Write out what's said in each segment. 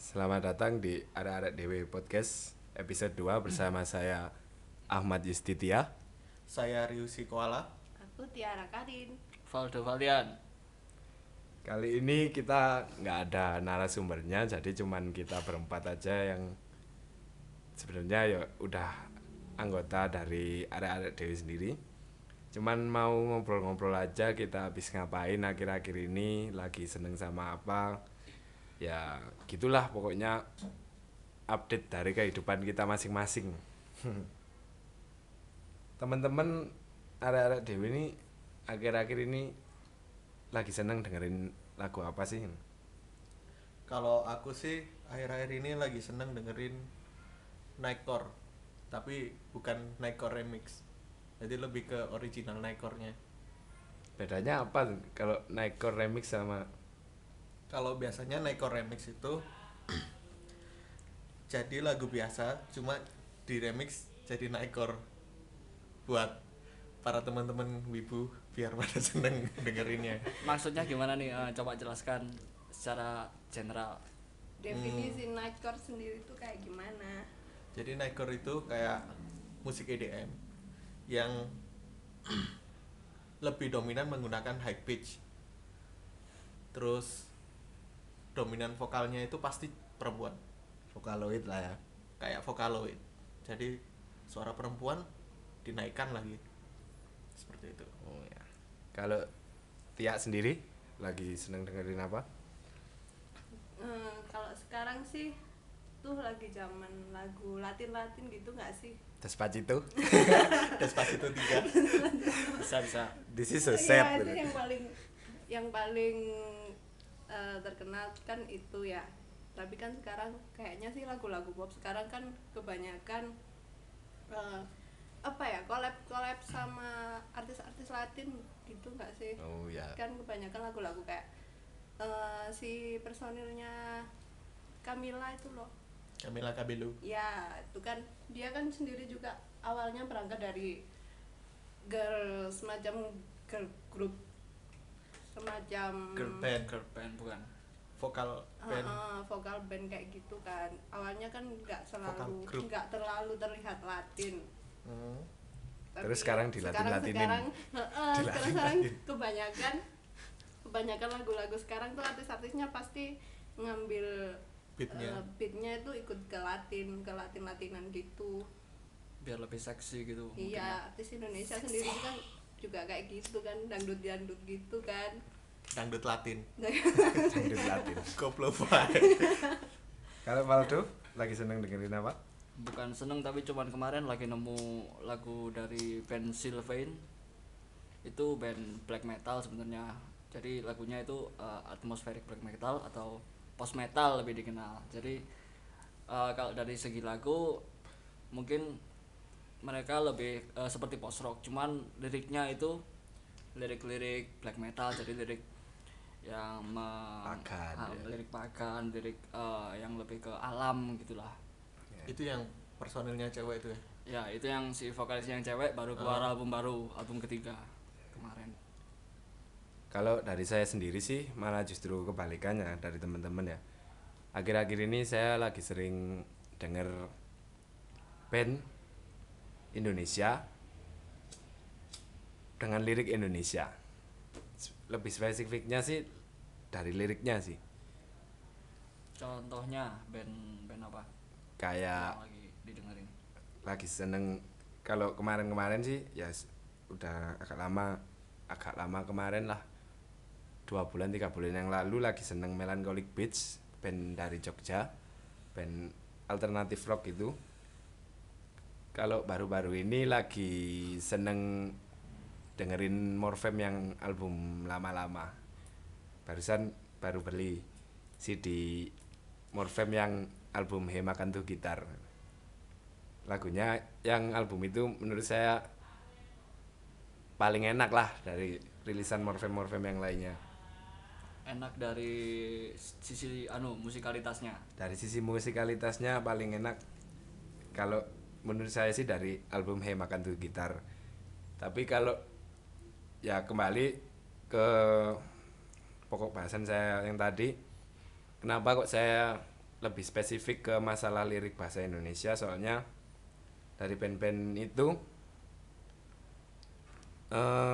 Selamat datang di Arek-Arek Dewe Podcast episode 2 bersama saya Ahmad Yustitia. Saya Ryusi Koala. Aku Tiara Karin. Valdo Valian. Kali ini kita nggak ada narasumbernya, jadi cuman kita berempat aja yang sebenarnya ya udah anggota dari Arek-Arek Dewe sendiri. Cuman mau ngobrol-ngobrol aja kita habis ngapain akhir-akhir ini, lagi seneng sama apa. Ya gitulah pokoknya update dari kehidupan kita masing-masing. Teman-teman arek-arek Dewi ini akhir-akhir ini lagi seneng dengerin lagu apa sih? Kalau aku sih akhir-akhir ini lagi seneng dengerin Nightcore, tapi bukan Nightcore remix. Jadi lebih ke original Nightcore-nya. Bedanya apa kalau Nightcore remix sama? Kalau biasanya Nightcore remix itu jadi lagu biasa, cuma di remix jadi Nightcore buat para teman-teman wibu biar pada seneng dengerinnya. Maksudnya gimana nih? Coba jelaskan secara general. Definisi nightcore sendiri itu kayak gimana? Jadi Nightcore itu kayak musik EDM yang lebih dominan menggunakan high pitch. Terus dominan vokalnya itu pasti perempuan, Vocaloid lah ya. kayak Vocaloid. Jadi suara perempuan dinaikkan lagi. Seperti itu. Oh ya. Kalau Tia sendiri lagi seneng dengerin apa? Kalau sekarang sih tuh lagi zaman lagu Latin gitu nggak sih? Despacito. Despacito 3. Bisa. This is so Iya, sad. itu yang paling terkenal kan itu ya. Tapi kan sekarang kayaknya sih lagu-lagu pop sekarang kan kebanyakan apa ya, collab sama artis-artis Latin gitu nggak sih? Oh ya. Kan kebanyakan lagu-lagu kayak si personilnya Camila itu loh. Camila Cabello. Ya, itu kan dia kan sendiri juga awalnya berangkat dari semacam girl group, semacam Girl band, Girl band bukan? vokal band. vokal band kayak gitu kan. Awalnya kan Vokal group. nggak terlalu terlihat Latin. Hmm. Tapi Terus sekarang di Latin-Latinin. sekarang kebanyakan lagu-lagu sekarang tuh artis-artisnya pasti ngambil beatnya itu ikut ke Latinan gitu. Biar lebih seksi gitu. Iya, artis Indonesia sendiri kan juga kayak gitu kan, dangdut gitu kan. Dangdut Latin. Dangdut Latin. Koplo banget. Kalau Valdo lagi seneng dengerin apa? Bukan seneng tapi cuman kemarin lagi nemu lagu dari band Sylvain. Itu band black metal sebenarnya. Jadi lagunya itu atmospheric black metal atau post metal lebih dikenal. Jadi kalau dari segi lagu mungkin mereka lebih seperti post rock, cuman liriknya itu lirik black metal, jadi lirik yang Pagan, ya. lirik pagan, lirik yang lebih ke alam gitulah. Itu yang personilnya cewek itu ya. Ya itu yang si vokalis yang cewek baru keluar album ketiga kemarin. Kalau dari saya sendiri sih malah justru kebalikannya dari teman-teman ya. Akhir-akhir ini saya lagi sering denger band Indonesia dengan lirik Indonesia. Lebih spesifiknya sih dari liriknya sih. Contohnya band apa Kayak yang lagi didengerin? lagi seneng kalau kemarin-kemarin sih ya udah agak lama kemarin lah 2 bulan 3 bulan yang lalu lagi seneng Melancholic Beach, band dari Jogja, band alternatif rock itu. Kalau baru-baru ini lagi seneng dengerin Morfem yang album lama-lama. Baru beli CD Morfem yang album Hey Makan Tuh Gitar. Lagunya yang album itu menurut saya paling enak lah dari rilisan Morfem yang lainnya. Enak dari sisi musikalitasnya. Dari sisi musikalitasnya paling enak kalau menurut saya sih dari album Hey Makan Tuh Gitar. Tapi kalau ya kembali ke pokok bahasan saya yang tadi, kenapa kok saya lebih spesifik ke masalah lirik bahasa Indonesia, soalnya dari band-band itu eh,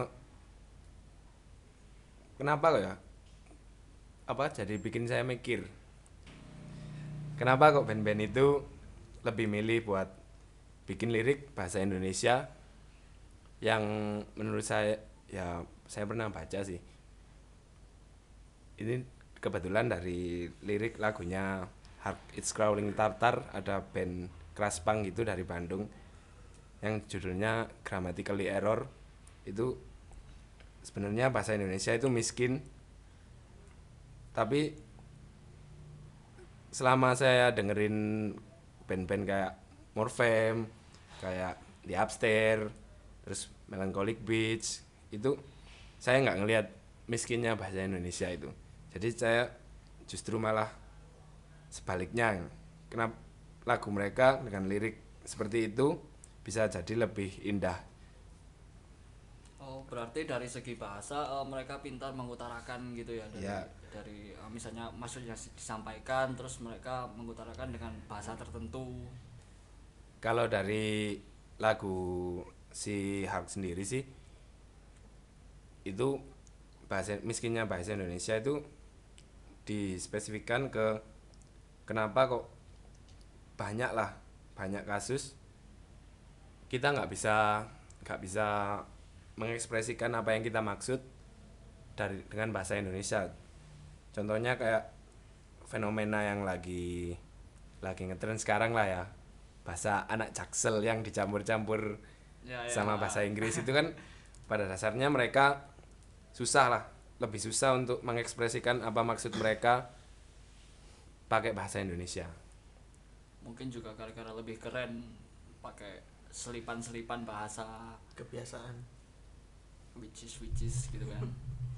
kenapa kok ya, apa jadi bikin saya mikir kenapa kok band-band itu lebih milih buat bikin lirik bahasa Indonesia yang menurut saya, ya saya pernah baca sih, ini kebetulan dari lirik lagunya Heart It's Crawling Tartar, ada band Crash Punk gitu dari Bandung yang judulnya Grammatically Error. Itu sebenarnya bahasa Indonesia itu miskin, tapi selama saya dengerin band-band kayak Morfem, kayak The Upstairs, terus Melancholic Beach, itu saya nggak ngelihat miskinnya bahasa Indonesia itu. Jadi saya justru malah sebaliknya, kenapa lagu mereka dengan lirik seperti itu bisa jadi lebih indah. Oh, berarti dari segi bahasa mereka pintar mengutarakan gitu ya, dari Ya. Misalnya maksudnya disampaikan, terus mereka mengutarakan dengan bahasa tertentu. Kalau dari lagu si Hark sendiri sih, itu bahasa miskinnya bahasa Indonesia itu dispesifikkan ke kenapa kok banyak kasus kita nggak bisa mengekspresikan apa yang kita maksud dengan bahasa Indonesia. Contohnya kayak fenomena yang lagi ngetren sekarang lah ya, bahasa anak Jaksel yang dicampur-campur Ya, sama bahasa Inggris itu kan pada dasarnya mereka lebih susah untuk mengekspresikan apa maksud mereka pakai bahasa Indonesia. Mungkin juga gara-gara lebih keren pakai selipan-selipan bahasa Kebiasaan. which is gitu kan.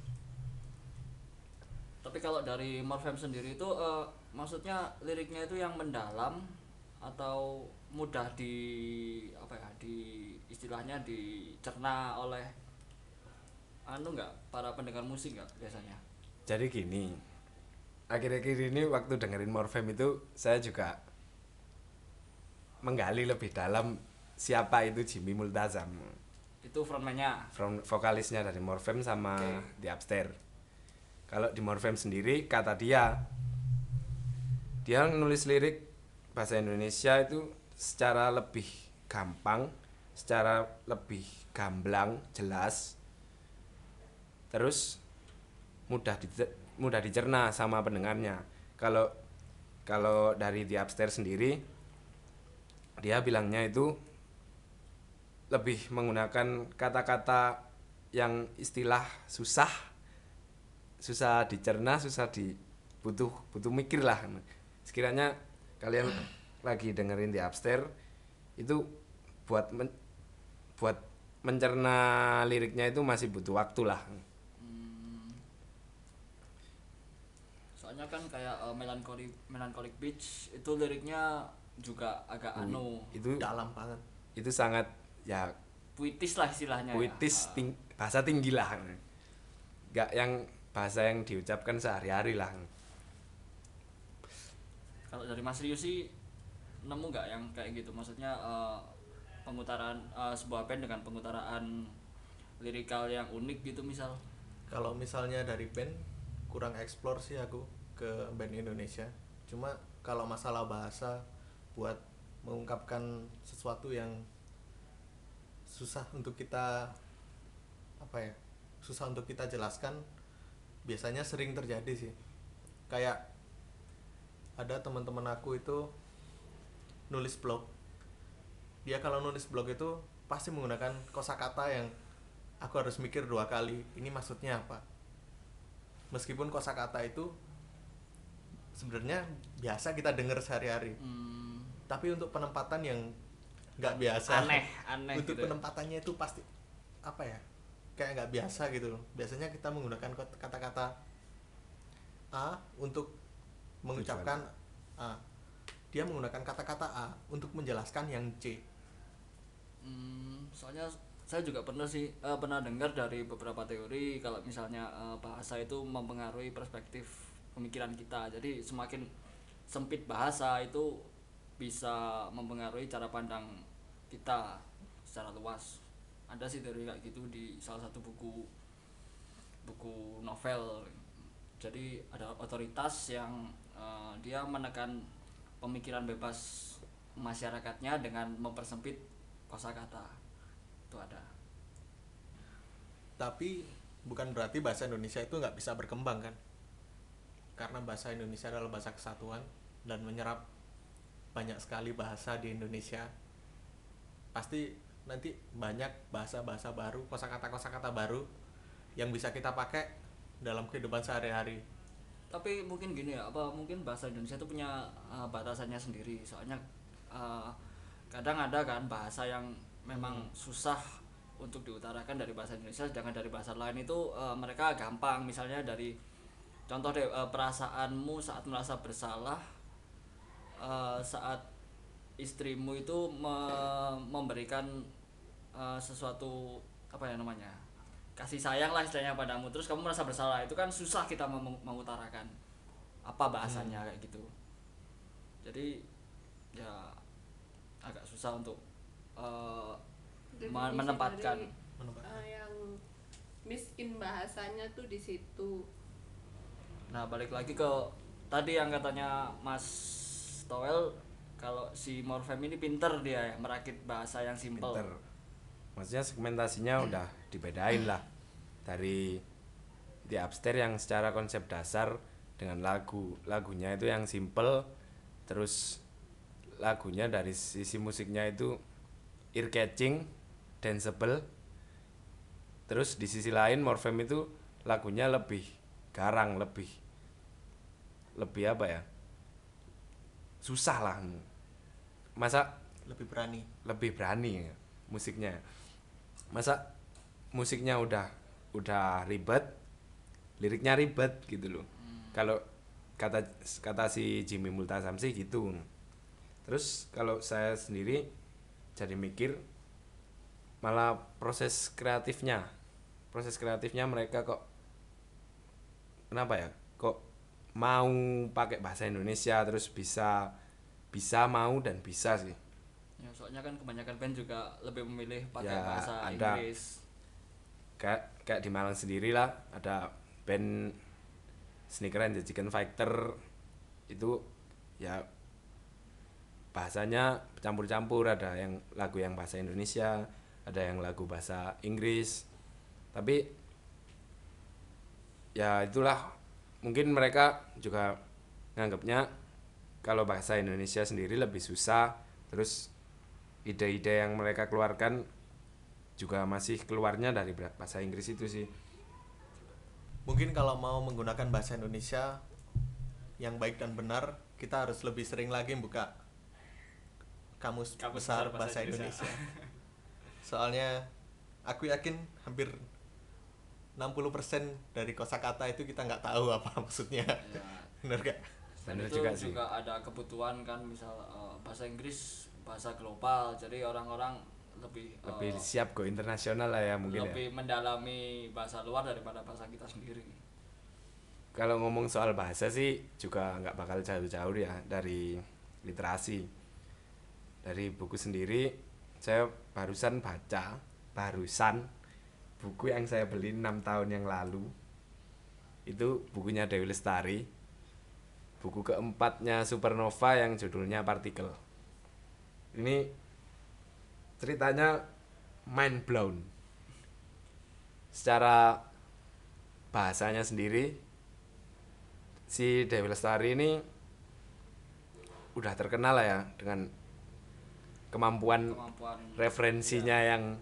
Tapi kalau dari Morfem sendiri itu maksudnya liriknya itu yang mendalam atau mudah di apa ya, di istilahnya dicerna oleh enggak para pendengar musik enggak biasanya. Jadi gini, akhir-akhir ini waktu dengerin Morfem itu saya juga menggali lebih dalam siapa itu Jimmy Multazam, Itu frontman-nya. vokalisnya dari Morfem sama The Upstairs. Kalau di Morfem sendiri, kata dia nulis lirik bahasa Indonesia itu secara lebih gampang, secara lebih gamblang, jelas, terus mudah dicerna sama pendengarnya. Kalau dari The Upstairs sendiri, dia bilangnya itu lebih menggunakan kata-kata yang istilah susah dicerna, butuh mikir lah. Sekiranya kalian lagi dengerin The Upstairs itu buat mencerna liriknya itu masih butuh waktu lah. Soalnya kan kayak Melancholic Beach itu liriknya juga agak Itu Dalam banget. itu sangat ya puitis lah istilahnya. puitis, ya. bahasa tinggi lah, nggak yang bahasa yang diucapkan sehari-hari lah. Kalau dari Mas Rio sih nemu nggak yang kayak gitu, maksudnya pengutaran sebuah band dengan pengutaraan lirikal yang unik gitu misal. Kalau misalnya dari band kurang explore sih aku ke band Indonesia. Cuma kalau masalah bahasa buat mengungkapkan sesuatu yang susah untuk kita jelaskan, biasanya sering terjadi sih. Kayak ada teman-teman aku itu nulis blog. Dia kalau nulis blog itu pasti menggunakan kosakata yang aku harus mikir 2 kali, ini maksudnya apa. Meskipun kosakata itu sebenarnya biasa kita dengar sehari-hari, tapi untuk penempatan yang nggak biasa, Aneh untuk gitu. penempatannya itu pasti kayak nggak biasa gitu loh. Biasanya kita menggunakan kata-kata A untuk mengucapkan A, dia menggunakan kata-kata A untuk menjelaskan yang C. Soalnya saya juga pernah dengar dari beberapa teori kalau misalnya bahasa itu mempengaruhi perspektif pemikiran kita. Jadi semakin sempit bahasa itu bisa mempengaruhi cara pandang kita secara luas. Ada sih teori kayak gitu di salah satu buku novel. Jadi ada otoritas yang dia menekan pemikiran bebas masyarakatnya dengan mempersempit kosakata. Itu ada. Tapi bukan berarti bahasa Indonesia itu nggak bisa berkembang kan? Karena bahasa Indonesia adalah bahasa kesatuan dan menyerap banyak sekali bahasa di Indonesia. Pasti nanti banyak bahasa-bahasa baru, kosakata-kosakata baru yang bisa kita pakai dalam kehidupan sehari-hari. Tapi mungkin gini ya, apa mungkin bahasa Indonesia itu punya batasannya sendiri. Soalnya kadang ada kan bahasa yang memang susah untuk diutarakan dari bahasa Indonesia, sedangkan dari bahasa lain itu mereka gampang. Misalnya dari contoh deh, perasaanmu saat merasa bersalah, saat istrimu itu memberikan sesuatu, apa ya namanya, kasih sayang lah istilahnya padamu, terus kamu merasa bersalah, itu kan susah kita mengutarakan apa bahasanya kayak gitu. Jadi ya agak susah untuk Definisi menempatkan. dari, yang miskin bahasanya tuh di situ. Nah, balik lagi ke tadi yang katanya Mas Toel, kalau si Morfem ini pinter dia ya merakit bahasa yang simpel. Pinter. Maksudnya segmentasinya udah dibedain lah, dari The Upstairs yang secara konsep dasar dengan lagunya itu yang simple, terus lagunya dari sisi musiknya itu ear catching, danceable. Terus di sisi lain Morfem itu lagunya lebih garang, lebih apa ya, susah lah, masa Lebih berani. ya musiknya. Masa musiknya udah ribet, liriknya ribet gitu loh. Kalau kata si Jimmy Multasam sih gitu. Terus kalau saya sendiri jadi mikir, malah proses kreatifnya mereka kok kenapa ya, kok mau pakai bahasa Indonesia, terus bisa mau dan bisa sih. Ya, soalnya kan kebanyakan band juga lebih memilih pakai Ya, bahasa ada. Inggris. Kayak di Malang sendiri lah ada band Sneaker and the Chicken Fighter, itu ya bahasanya campur-campur, ada yang lagu yang bahasa Indonesia, ada yang lagu bahasa Inggris. Tapi ya itulah, mungkin mereka juga nganggapnya kalau bahasa Indonesia sendiri lebih susah, terus ide-ide yang mereka keluarkan juga masih keluarnya dari bahasa Inggris itu sih. Mungkin kalau mau menggunakan bahasa Indonesia yang baik dan benar, kita harus lebih sering lagi buka kamus besar bahasa Indonesia. Soalnya aku yakin hampir 60% dari kosakata itu kita nggak tahu apa maksudnya. Ya, Bener gak? dan Bener itu juga juga, sih. ada kebutuhan kan, misal bahasa Inggris bahasa global, jadi orang-orang lebih Siap go internasional lah ya mungkin ya. lebih mendalami bahasa luar daripada bahasa kita sendiri. Kalau ngomong soal bahasa sih juga nggak bakal jauh-jauh ya dari literasi. Dari buku sendiri, saya barusan buku yang saya beli 6 tahun yang lalu. Itu bukunya Dewi Lestari. Buku keempatnya Supernova yang judulnya Partikel. Ini ceritanya mind blown. Secara bahasanya sendiri, si Dewi Lestari ini udah terkenal lah ya dengan kemampuan referensinya yang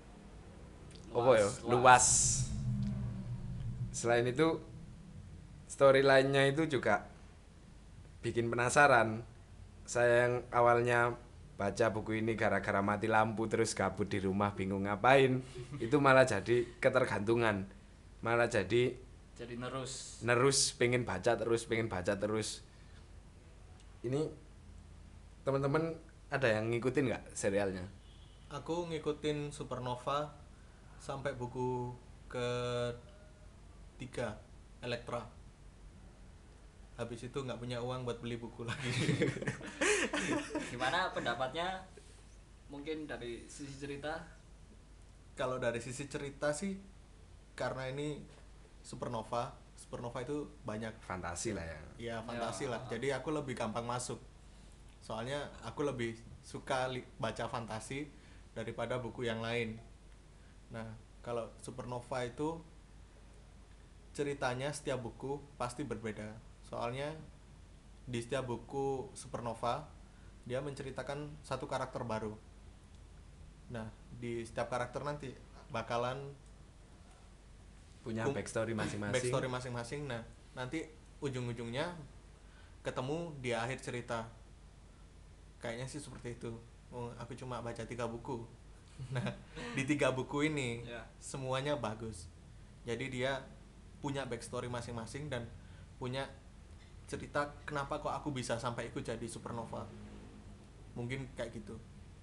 luas. Selain itu, storyline-nya itu juga bikin penasaran. Saya yang awalnya baca buku ini gara-gara mati lampu terus gabut di rumah bingung ngapain, itu malah jadi ketergantungan, malah jadi nerus pengen baca terus. Ini teman-teman ada yang ngikutin nggak serialnya? Aku ngikutin Supernova sampai buku ke 3 Elektra. habis itu nggak punya uang buat beli buku lagi. Gimana pendapatnya mungkin dari sisi cerita? Kalau dari sisi cerita sih, karena ini Supernova itu banyak Fantasi lah ya. ya fantasi Ya. lah, jadi aku lebih gampang masuk, soalnya aku lebih suka baca fantasi daripada buku yang lain. Nah kalau Supernova itu ceritanya setiap buku pasti berbeda, soalnya di setiap buku Supernova dia menceritakan satu karakter baru. Nah di setiap karakter nanti bakalan Punya backstory masing-masing. backstory masing-masing. Nah nanti ujung-ujungnya ketemu di akhir cerita, kayaknya sih seperti itu. Aku cuma baca 3 buku. Nah di 3 buku ini Ya. semuanya bagus, jadi dia punya backstory masing-masing dan punya cerita kenapa kok aku bisa sampai ikut jadi Supernova, mungkin kayak gitu.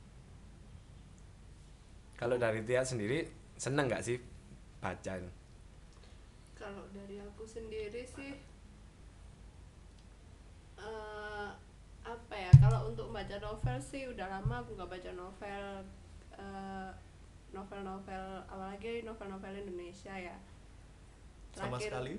Kalau dari Tia sendiri seneng nggak sih baca itu? Kalau dari aku sendiri sih apa ya, kalau untuk baca novel sih udah lama aku nggak baca novel, novel-novel apalagi novel-novel Indonesia ya. Sama sekali.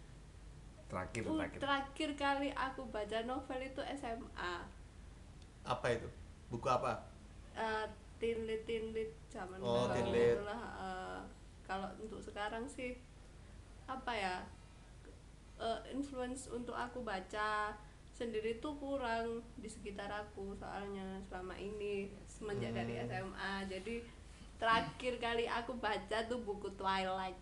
Terakhir kali aku baca novel itu SMA. Apa itu? Buku apa? Tinlit zaman Oh, dulu Tinlit. itulah. Kalau untuk sekarang sih apa ya, influence untuk aku baca sendiri tuh kurang di sekitar aku, soalnya selama ini semenjak dari SMA. Jadi terakhir kali aku baca tuh buku Twilight.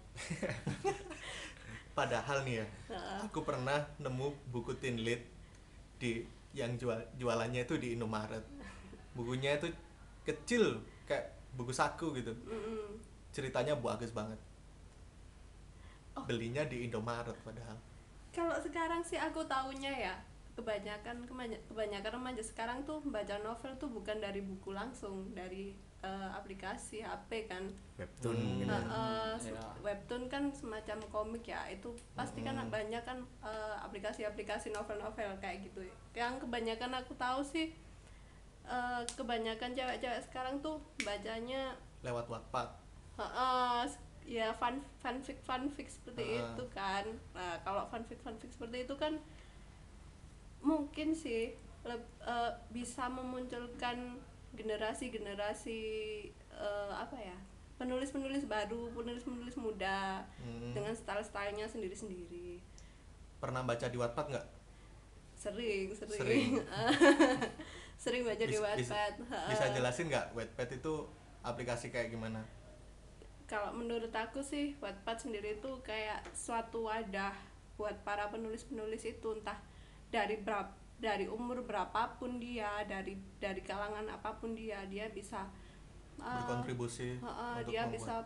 Padahal nih ya, aku pernah nemu buku Tinlit di yang jualannya itu di Indomaret. Bukunya itu kecil kayak buku saku gitu. Ceritanya bagus banget. Belinya di Indomaret padahal. Kalau sekarang sih aku taunya ya, kebanyakan remaja sekarang tuh baca novel tuh bukan dari buku langsung, dari aplikasi HP kan. Webtoon mungkin ya. Ya. Webtoon kan semacam komik ya, itu pasti kan banyak kan aplikasi-aplikasi novel-novel kayak gitu. Yang kebanyakan aku tahu sih kebanyakan cewek-cewek sekarang tuh bacanya Lewat Wattpad. ya fanfic seperti itu kan. Nah kalau fanfic seperti itu kan mungkin sih bisa memunculkan generasi apa ya, penulis baru, penulis muda dengan stylenya sendiri. Pernah baca di Wattpad nggak? Sering. Sering. Sering baca di Wattpad. Bisa jelasin nggak Wattpad itu aplikasi kayak gimana? Kalau menurut aku sih Wattpad sendiri itu kayak suatu wadah buat para penulis itu, entah dari umur berapapun dia, dari kalangan apapun dia bisa Berkontribusi untuk dia membuat. bisa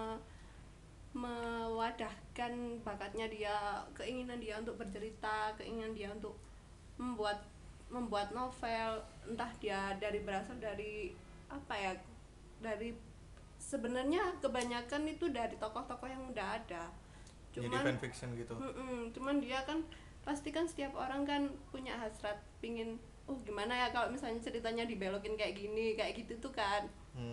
mewadahkan bakatnya dia, keinginan dia untuk bercerita, keinginan dia untuk membuat novel, entah dia berasal dari apa ya, dari sebenarnya kebanyakan itu dari tokoh-tokoh yang udah ada. Jadi fanfiction gitu. Cuman dia kan pasti kan setiap orang kan punya hasrat pingin gimana ya kalau misalnya ceritanya dibelokin kayak gini kayak gitu tuh kan.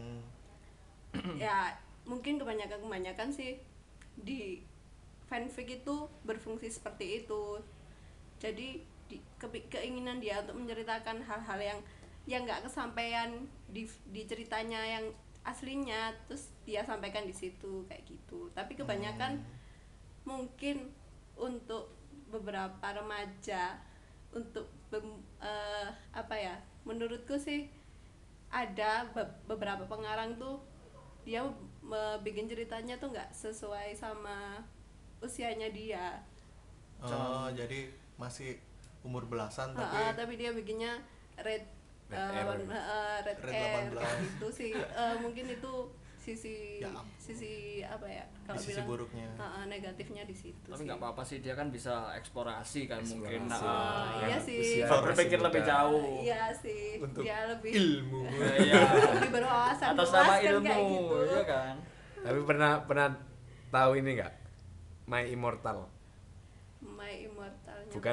Ya mungkin kebanyakan sih di fanfic itu berfungsi seperti itu. Jadi keinginan dia untuk menceritakan hal-hal yang nggak kesampaian di ceritanya yang aslinya, terus dia sampaikan di situ kayak gitu. Tapi kebanyakan mungkin untuk beberapa remaja, untuk apa ya, menurutku sih ada beberapa pengarang tuh dia bikin ceritanya tuh nggak sesuai sama usianya dia. Jadi masih umur belasan tapi dia bikinnya red R gitu sih. Mungkin itu sisi apa ya, kalau sisi bilang buruknya. negatifnya di situ. Tapi sih. nggak apa-apa sih, dia kan bisa eksplorasi kan, mungkin Iya sih. Usia berpikir masih lebih muda. jauh. Iya sih, Untuk dia lebih ilmu. Iya. lebih berwawasan Atas luas nama kan ilmu, kayak gitu. iya kan. Tapi pernah tahu ini nggak? My Immortal. My Immortalnya.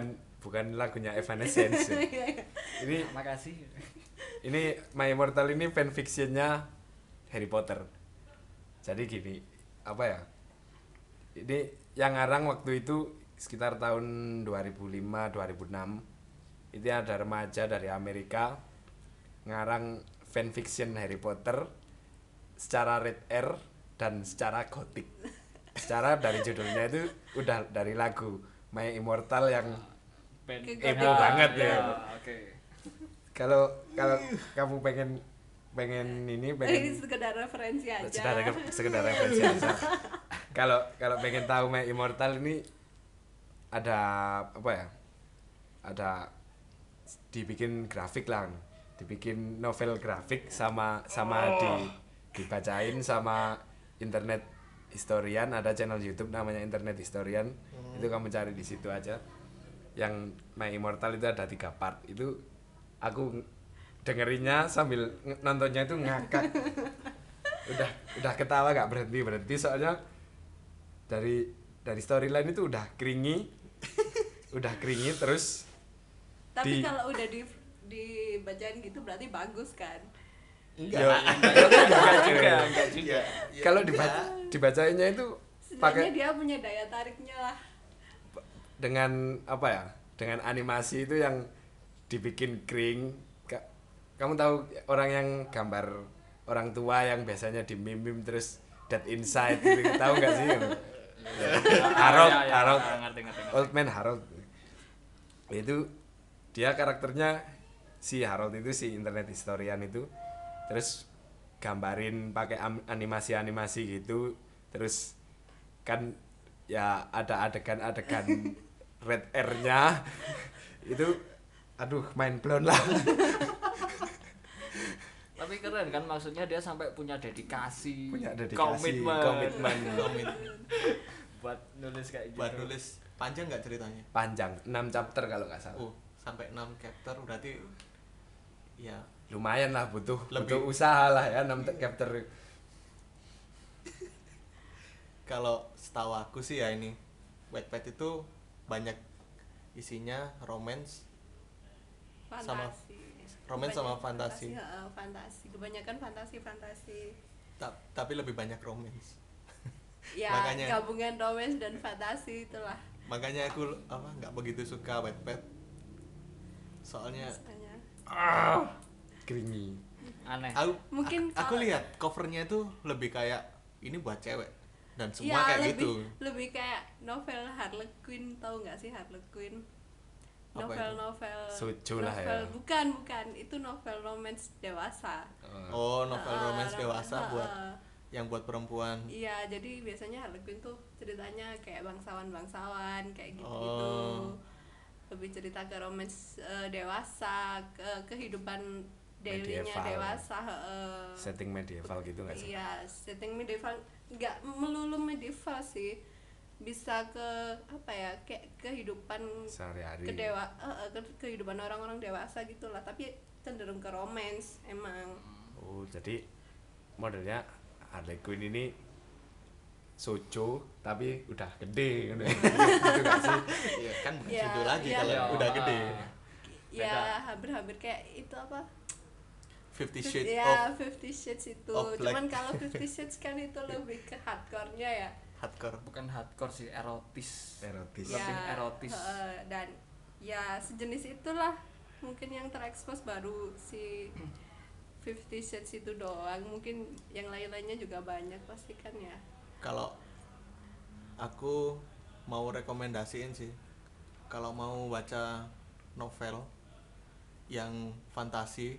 bukan lagunya Evanescence. Ya. Ini Makasih. My Immortal ini fanfictionnya Harry Potter. Jadi gini, apa ya? Ini yang ngarang waktu itu sekitar tahun 2005-2006. Itu ada remaja dari Amerika ngarang fanfiction Harry Potter secara red R dan secara gotik. Secara dari judulnya itu udah dari lagu My Immortal yang emo banget ya. Oke. Kalau kamu pengen ini Ini sekedar referensi aja. sekedar referensi aja. Kalau pengen tahu My Immortal ini ada apa ya? Ada dibikin grafik lah. Dibikin novel grafik sama dibacain sama internet historian, ada channel YouTube namanya Internet Historian. Itu kamu cari di situ aja. Yang My Immortal itu ada 3 part. Itu aku dengerinnya sambil nontonnya itu ngakak. udah ketawa gak berhenti soalnya dari storyline itu udah keringi terus Tapi kalau udah dibacain gitu berarti bagus kan? Enggak Enggak juga. Kalau dibacainnya itu Setidaknya dia punya daya tariknya lah. dengan apa ya, dengan animasi itu yang dibikin kering. Kamu tahu orang yang gambar orang tua yang biasanya di meme terus Dead Inside gitu, tahu nggak sih? Harold Ngerti. Old Man Harold itu dia karakternya si Harold itu si internet historian itu, terus gambarin pakai animasi gitu, terus kan ya ada adegan red R-nya itu aduh mind blown lah. Tapi keren kan, maksudnya dia sampai punya dedikasi, komitmen buat nulis kayak gitu. buat nulis panjang nggak ceritanya? Panjang 6 chapter kalau nggak salah. Sampai 6 chapter berarti ya Lumayan lah, butuh usaha lah ya 6 chapter. Kalau setahu aku sih ya ini Wattpad itu banyak isinya romance sama fantasi. Fantasi. Kebanyakan fantasi. Tapi lebih banyak romance. Ya, Makanya gabungan romance dan fantasi itulah. makanya aku nggak begitu suka Wattpad. Soalnya Keringi. Aneh. Aku lihat covernya itu lebih kayak ini buat cewek dan semua Ya, kayak gitu. lebih kayak novel Harlequin, tahu nggak sih Harlequin? Apa Novel Suju lah ya. bukan itu novel romance dewasa. Novel romance dewasa buat yang buat perempuan. Iya, jadi biasanya Harlequin tuh ceritanya kayak bangsawan kayak gitu. Lebih cerita ke romance dewasa, ke kehidupan dailynya Medieval. dewasa. Setting medieval gitu nggak sih? Iya, setting medieval, nggak melulu medieval sih, bisa ke apa ya, kayak kehidupan Sehari-hari. kehidupan orang-orang dewasa gitulah, tapi cenderung ke romance emang. Jadi modelnya Harley Quinn ini sojo tapi udah gede gitu nggak sih? Iya kan bukan Ya, judul lagi ya. kalau udah gede. Ya hampir-hampir kayak itu apa? 50 Shades Ya, of 50 Shades itu. of Black. Cuman kalau 50 Shades kan itu lebih ke hardcore-nya ya. hardcore. Bukan hardcore sih, erotis. Erotis. Lebih erotis. Dan ya sejenis itulah mungkin yang terekspos baru si 50 Shades itu doang. Mungkin yang lain-lainnya juga banyak pasti kan ya. Kalau aku mau rekomendasiin sih, kalau mau baca novel yang fantasi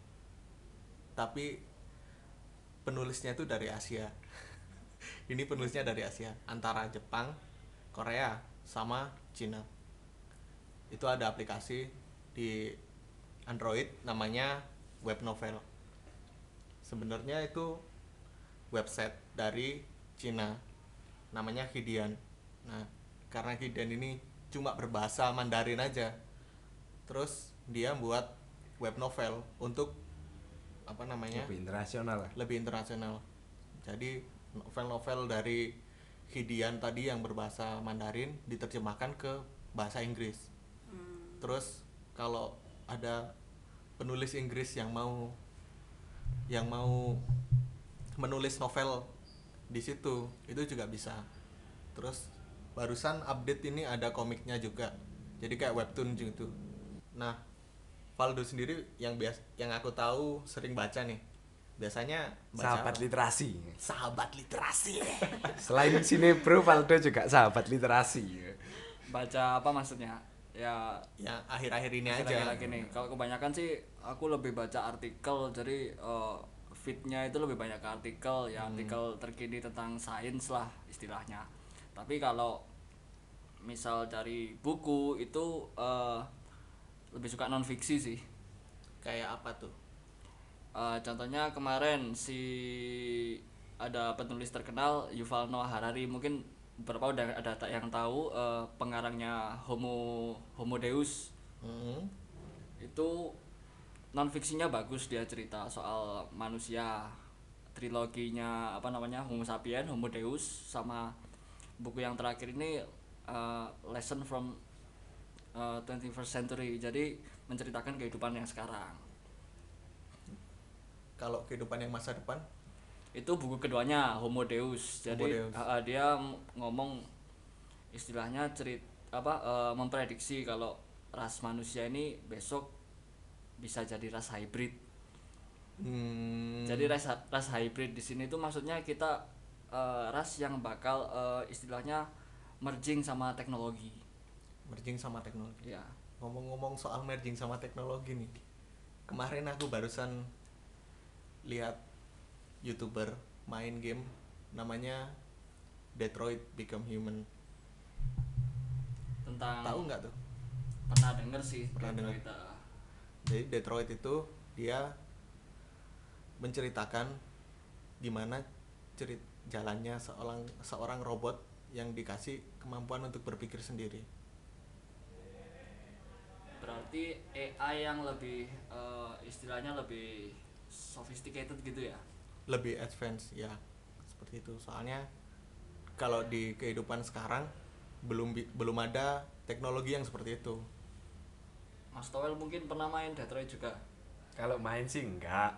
tapi penulisnya itu dari Asia. Ini penulisnya dari Asia, antara Jepang, Korea, sama Cina. Itu ada aplikasi di Android namanya Web Novel. Sebenarnya itu website dari Cina, namanya Hidian. Nah, karena Hidian ini cuma berbahasa Mandarin aja, terus dia buat web novel untuk apa namanya, lebih internasional. Jadi novel-novel dari Hidian tadi yang berbahasa Mandarin diterjemahkan ke bahasa Inggris. Terus kalau ada penulis Inggris yang mau menulis novel di situ itu juga bisa. Terus barusan update ini ada komiknya juga, jadi kayak webtoon gitu. Nah, Valdo sendiri yang aku tahu sering baca nih, biasanya baca Sahabat apa? literasi. Sahabat literasi. Selain Sinebro, Valdo juga sahabat literasi. Baca apa maksudnya? Ya Ya akhir-akhir ini aja. akhir-akhir ini. Kalau kebanyakan sih aku lebih baca artikel, jadi feednya itu lebih banyak ke artikel, ya artikel terkini tentang sains lah istilahnya. Tapi kalau misal cari buku itu lebih suka non fiksi sih. Kayak apa tuh? Contohnya kemarin ada penulis terkenal Yuval Noah Harari, mungkin beberapa udah ada yang tahu, pengarangnya Homo Deus. Itu non fiksinya bagus, dia cerita soal manusia, triloginya apa namanya, Homo Sapien, Homo Deus, sama buku yang terakhir ini Lesson from 21st Century, jadi menceritakan kehidupan yang sekarang. Kalau kehidupan yang masa depan? Itu buku keduanya, Homo Deus. Jadi Deus. dia ngomong istilahnya memprediksi kalau ras manusia ini besok bisa jadi ras hybrid. Jadi ras hybrid di sini tuh maksudnya kita ras yang bakal istilahnya merging sama teknologi. Merging sama teknologi. Ya. Ngomong-ngomong soal merging sama teknologi nih, kemarin aku barusan lihat YouTuber main game namanya Detroit Become Human. Tentang Tahu nggak tuh? pernah denger sih. Pernah denger. Detroit. Jadi Detroit itu dia menceritakan gimana jalannya seorang robot yang dikasih kemampuan untuk berpikir sendiri. Berarti AI yang lebih istilahnya lebih sophisticated gitu ya. Lebih advance ya, seperti itu. Soalnya kalau di kehidupan sekarang belum ada teknologi yang seperti itu. Mas Towel mungkin pernah main Detroit juga. Kalau main sih enggak.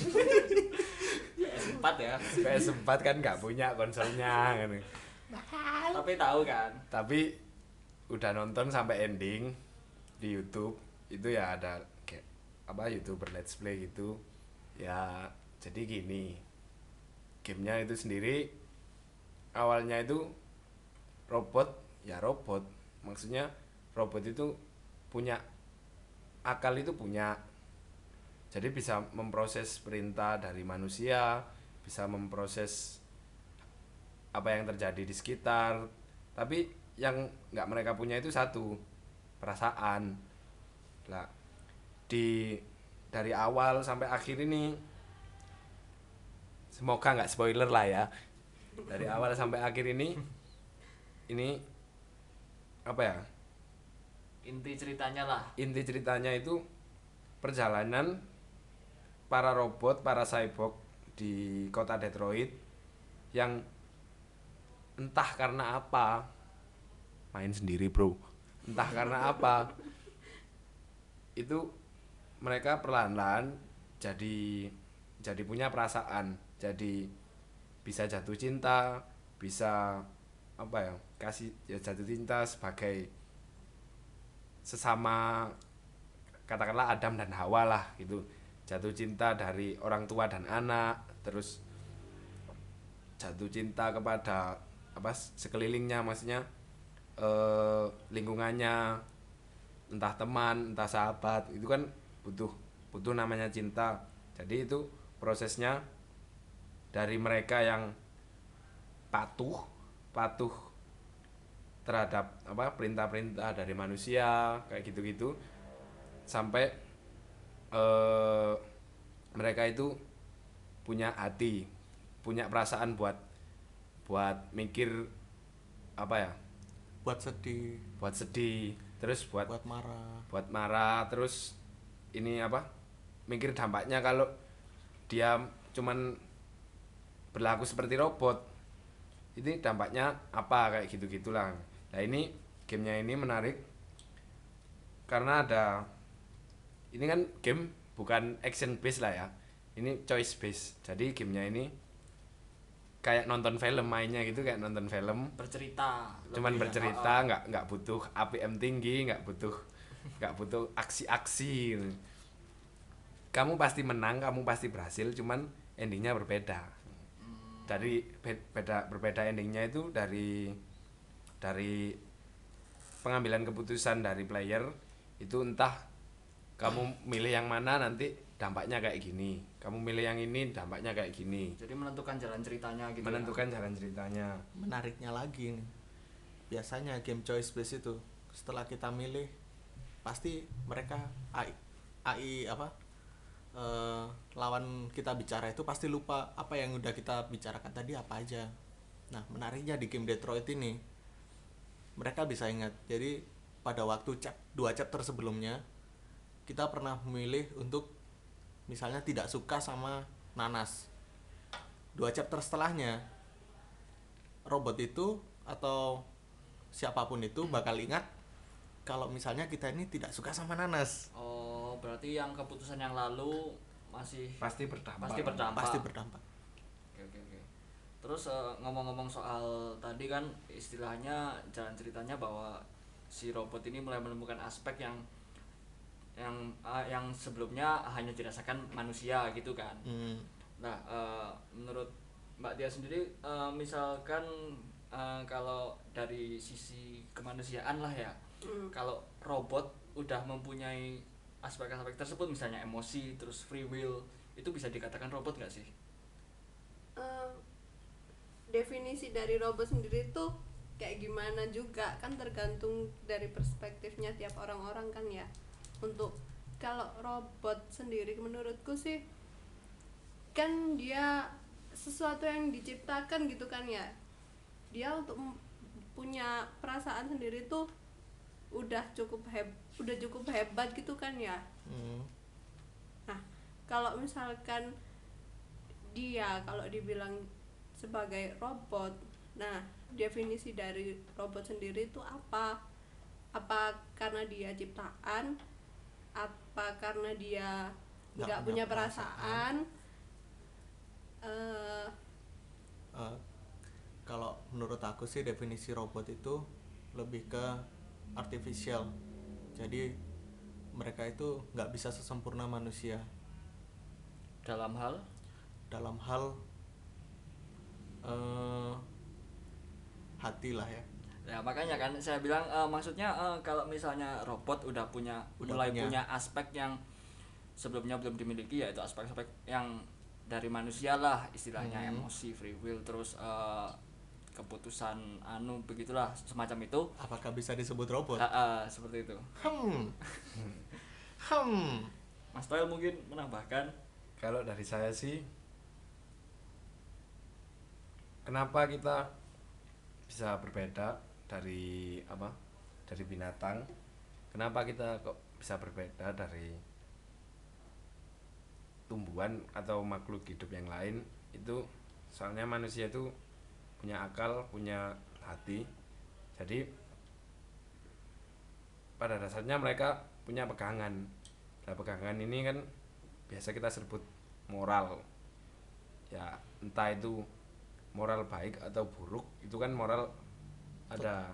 PS4 ya. PS4 kan enggak punya konsolnya kan. Tapi tahu kan. Tapi udah nonton sampai ending di YouTube. Itu ya ada kayak apa, YouTuber let's play gitu. Ya jadi gini, gamenya itu sendiri awalnya itu robot, maksudnya robot itu punya akal, itu punya, jadi bisa memproses perintah dari manusia, bisa memproses apa yang terjadi di sekitar. Tapi yang nggak mereka punya itu satu, perasaan lah. Dari awal sampai akhir ini, semoga nggak spoiler lah ya, dari awal sampai akhir ini apa ya, Inti ceritanya itu perjalanan para robot, para cyborg di kota Detroit yang entah karena apa, main sendiri bro, entah karena apa itu mereka perlahan-lahan jadi punya perasaan, jadi bisa jatuh cinta, bisa apa ya, kasih ya, jatuh cinta sebagai sesama, katakanlah Adam dan Hawa lah gitu, jatuh cinta dari orang tua dan anak, terus jatuh cinta kepada apa, sekelilingnya, maksudnya lingkungannya, entah teman, entah sahabat, itu kan butuh namanya cinta. Jadi itu prosesnya dari mereka yang patuh terhadap apa, perintah-perintah dari manusia kayak gitu-gitu, sampai mereka itu punya hati, punya perasaan buat mikir apa ya, Buat sedih, terus buat marah. Terus ini apa, mikir dampaknya kalau dia cuman berlaku seperti robot, ini dampaknya apa, kayak gitu-gitulah. Nah ini gamenya ini menarik karena ada ini kan game bukan action based lah ya, ini choice based. Jadi gamenya ini kayak nonton film mainnya gitu, kayak nonton film bercerita cuman lebih ya. bercerita, nggak butuh APM tinggi, nggak butuh aksi-aksi gitu. Kamu pasti menang, kamu pasti berhasil, cuman endingnya berbeda. Dari berbeda endingnya itu dari pengambilan keputusan dari player itu, entah kamu milih yang mana nanti dampaknya kayak gini, kamu milih yang ini dampaknya kayak gini. Jadi menentukan jalan ceritanya gitu. Menentukan jalan ceritanya. Menariknya lagi nih, biasanya game choice based itu setelah kita milih pasti mereka AI apa lawan kita bicara itu pasti lupa apa yang udah kita bicarakan tadi apa aja. Nah menariknya di game Detroit ini mereka bisa ingat. Jadi pada waktu 2 chapter sebelumnya kita pernah memilih untuk misalnya tidak suka sama nanas. 2 chapter setelahnya robot itu atau siapapun itu bakal ingat kalau misalnya kita ini tidak suka sama nanas. Oh, berarti yang keputusan yang lalu masih Pasti berdampak. Pasti berdampak. Oke. Terus ngomong-ngomong soal tadi kan istilahnya jalan ceritanya bahwa si robot ini mulai menemukan aspek yang sebelumnya hanya dirasakan manusia gitu kan. Nah, menurut Mbak Tia sendiri, misalkan kalau dari sisi kemanusiaan lah ya, kalau robot udah mempunyai aspek-aspek tersebut, misalnya emosi, terus free will, itu bisa dikatakan robot nggak sih? Definisi dari robot sendiri tuh kayak gimana juga kan tergantung dari perspektifnya tiap orang-orang kan ya. Untuk kalau robot sendiri menurutku sih kan dia sesuatu yang diciptakan gitu kan ya, dia untuk punya perasaan sendiri tuh udah cukup hebat gitu kan ya. Nah kalau misalkan dia kalau dibilang sebagai robot, nah definisi dari robot sendiri itu apa karena dia ciptaan, apa karena dia nggak punya perasaan. Kalau menurut aku sih definisi robot itu lebih ke artificial. Jadi mereka itu nggak bisa sesempurna manusia Dalam hal hati lah ya. ya, makanya kan saya bilang maksudnya kalau misalnya robot udah mulai punya aspek yang sebelumnya belum dimiliki, yaitu aspek-aspek yang dari manusia lah istilahnya, emosi, free will, terus keputusan begitulah semacam itu. Apakah bisa disebut robot? Seperti itu. Mas Toel mungkin menambahkan. Kalau dari saya sih, kenapa kita bisa berbeda dari binatang? Kenapa kita kok bisa berbeda dari tumbuhan atau makhluk hidup yang lain? Itu soalnya manusia itu punya akal, punya hati. Jadi pada dasarnya mereka punya pegangan. Nah, pegangan ini kan biasa kita sebut moral. Ya, entah itu moral baik atau buruk, itu kan moral ada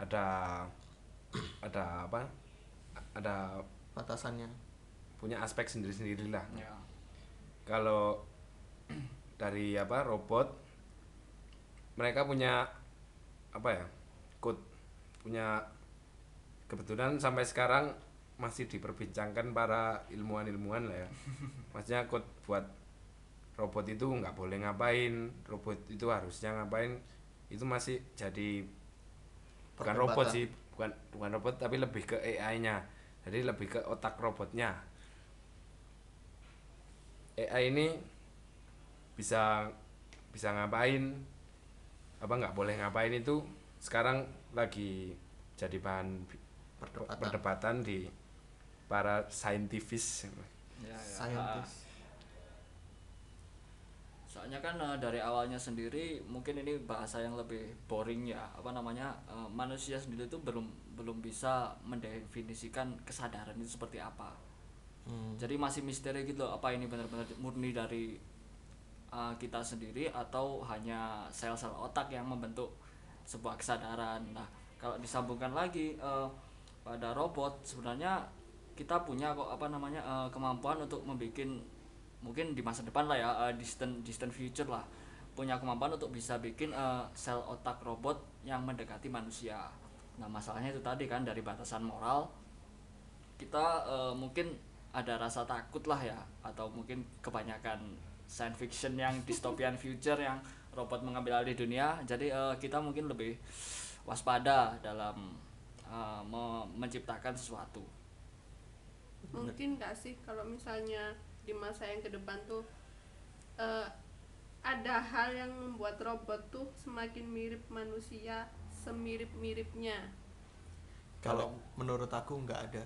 Batasannya. Punya aspek sendiri-sendiri lah. Ya. Kalau dari robot, mereka punya code, punya, kebetulan sampai sekarang masih diperbincangkan para ilmuwan lah ya. Maksudnya code buat robot itu nggak boleh ngapain, robot itu harusnya ngapain, itu masih jadi bukan robot sih, bukan robot tapi lebih ke AI-nya. Jadi lebih ke otak robotnya. AI ini bisa ngapain, nggak boleh ngapain, itu sekarang lagi jadi bahan perdebatan di para saintifis. Saintis. Soalnya kan dari awalnya sendiri mungkin ini bahasa yang lebih boring ya, apa namanya, manusia sendiri itu belum bisa mendefinisikan kesadaran itu seperti apa. Jadi masih misteri gitu loh, apa ini benar-benar murni dari kita sendiri atau hanya sel-sel otak yang membentuk sebuah kesadaran. Nah, kalau disambungkan lagi pada robot, sebenarnya kita punya kok apa namanya kemampuan untuk membuat, mungkin di masa depan lah ya, distant future lah, punya kemampuan untuk bisa bikin sel otak robot yang mendekati manusia. Nah, masalahnya itu tadi kan, dari batasan moral kita mungkin ada rasa takut lah ya, atau mungkin kebanyakan science fiction yang dystopian future yang robot mengambil alih dunia. Jadi kita mungkin lebih waspada dalam menciptakan sesuatu. Mungkin nggak sih kalau misalnya di masa yang ke depan tuh ada hal yang membuat robot tuh semakin mirip manusia, semirip-miripnya. Kalau menurut aku nggak ada,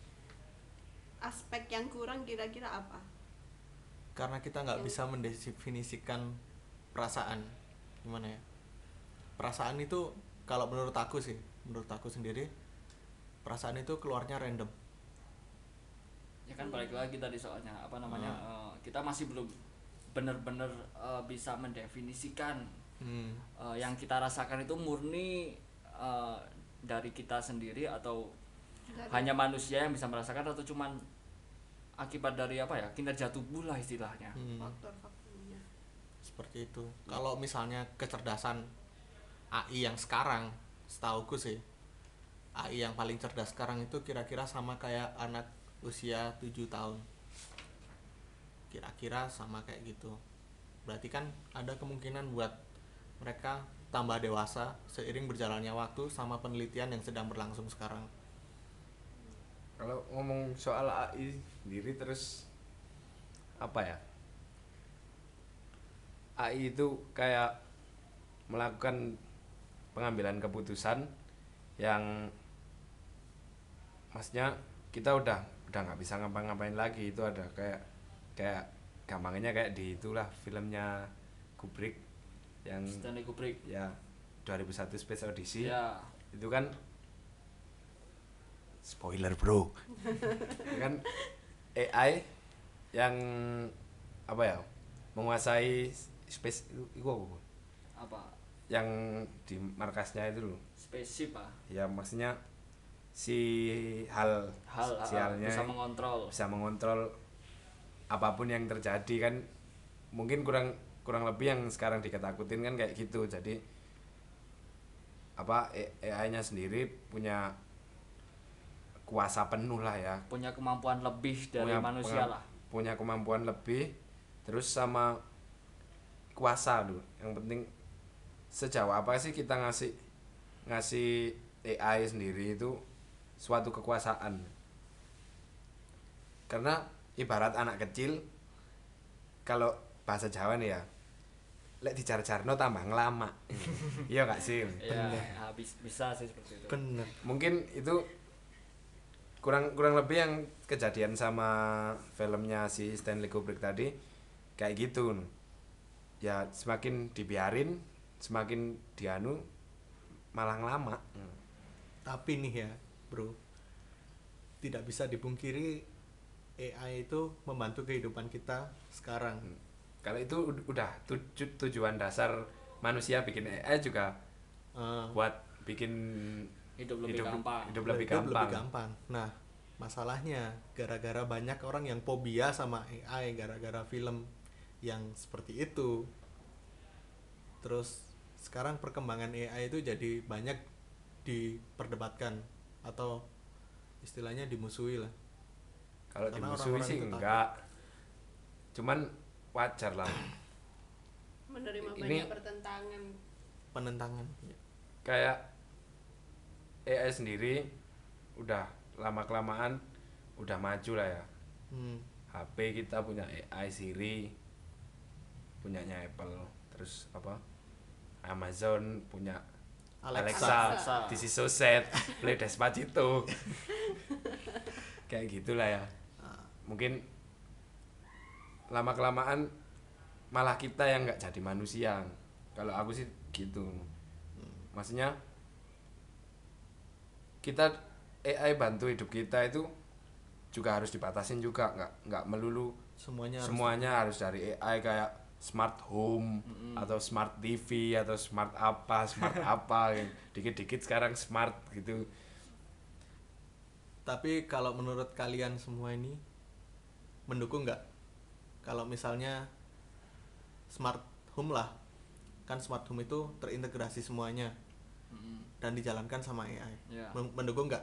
Aspek yang kurang kira-kira apa? karena kita nggak bisa mendefinisikan perasaan. Gimana ya, perasaan itu kalau menurut aku sendiri, perasaan itu keluarnya random. Ya kan balik lagi tadi soalnya apa namanya, kita masih belum benar-benar bisa mendefinisikan yang kita rasakan itu murni dari kita sendiri atau hanya manusia yang bisa merasakan, atau cuman akibat dari apa ya, kinerja tubuh lah istilahnya. Faktor-faktornya. Seperti itu. Kalau misalnya kecerdasan AI yang sekarang, setauku sih AI yang paling cerdas sekarang itu kira-kira sama kayak anak usia 7 tahun, kira-kira sama kayak gitu. Berarti kan ada kemungkinan buat mereka tambah dewasa seiring berjalannya waktu sama penelitian yang sedang berlangsung sekarang. Kalau ngomong soal AI sendiri terus apa ya? AI itu kayak melakukan pengambilan keputusan yang maksudnya kita udah nggak bisa ngapa-ngapain lagi. Itu ada kayak gampangnya kayak di itulah filmnya Kubrick yang Stanley Kubrick ya 2001 Space Odyssey ya. itu kan spoiler bro itu kan AI yang apa ya, menguasai space itu Apa yang di markasnya itu loh spaceship ya, maksudnya si halnya bisa mengontrol apapun yang terjadi kan, mungkin kurang lebih yang sekarang diketakutin kan kayak gitu. Jadi apa, AI-nya sendiri punya kuasa penuh lah ya, punya kemampuan lebih dari manusia lah, punya kemampuan lebih, terus sama kuasa dulu. Yang penting sejauh apa sih kita ngasih AI sendiri itu suatu kekuasaan. Karena ibarat anak kecil, kalau bahasa Jawa nih ya, lek dijar-jarno tambah ngelama. Iya gak sih? ya, bisa sih seperti itu. Bener. Mungkin itu kurang lebih yang kejadian sama filmnya si Stanley Kubrick tadi kayak gitu. Ya semakin dibiarin, semakin dianu malah ngelama. Tapi nih ya bro, tidak bisa dipungkiri AI itu membantu kehidupan kita sekarang. Kalau itu udah tujuan dasar manusia bikin AI juga buat bikin hidup lebih gampang. Nah, masalahnya gara-gara banyak orang yang fobia sama AI gara-gara film yang seperti itu. Terus sekarang perkembangan AI itu jadi banyak diperdebatkan atau istilahnya dimusuhi lah. Kalau Karena dimusuhi sih enggak, cuman wajar lah. Menerima Ini banyak penentangan. Kayak AI sendiri udah lama-kelamaan udah maju lah ya. HP kita punya AI Siri, punyanya Apple, terus apa, Amazon punya Alexa. This is so sad, play Despacito. Kayak gitulah ya. Mungkin lama-kelamaan malah kita yang nggak jadi manusia. Kalau aku sih gitu. Maksudnya kita AI bantu hidup kita itu juga harus dibatasin juga, nggak melulu semuanya harus dari AI kayak smart home atau smart TV atau smart apa dikit-dikit sekarang smart gitu. Tapi kalau menurut kalian semua ini mendukung nggak kalau misalnya smart home lah, kan smart home itu terintegrasi semuanya dan dijalankan sama AI. Ya. Mendukung nggak?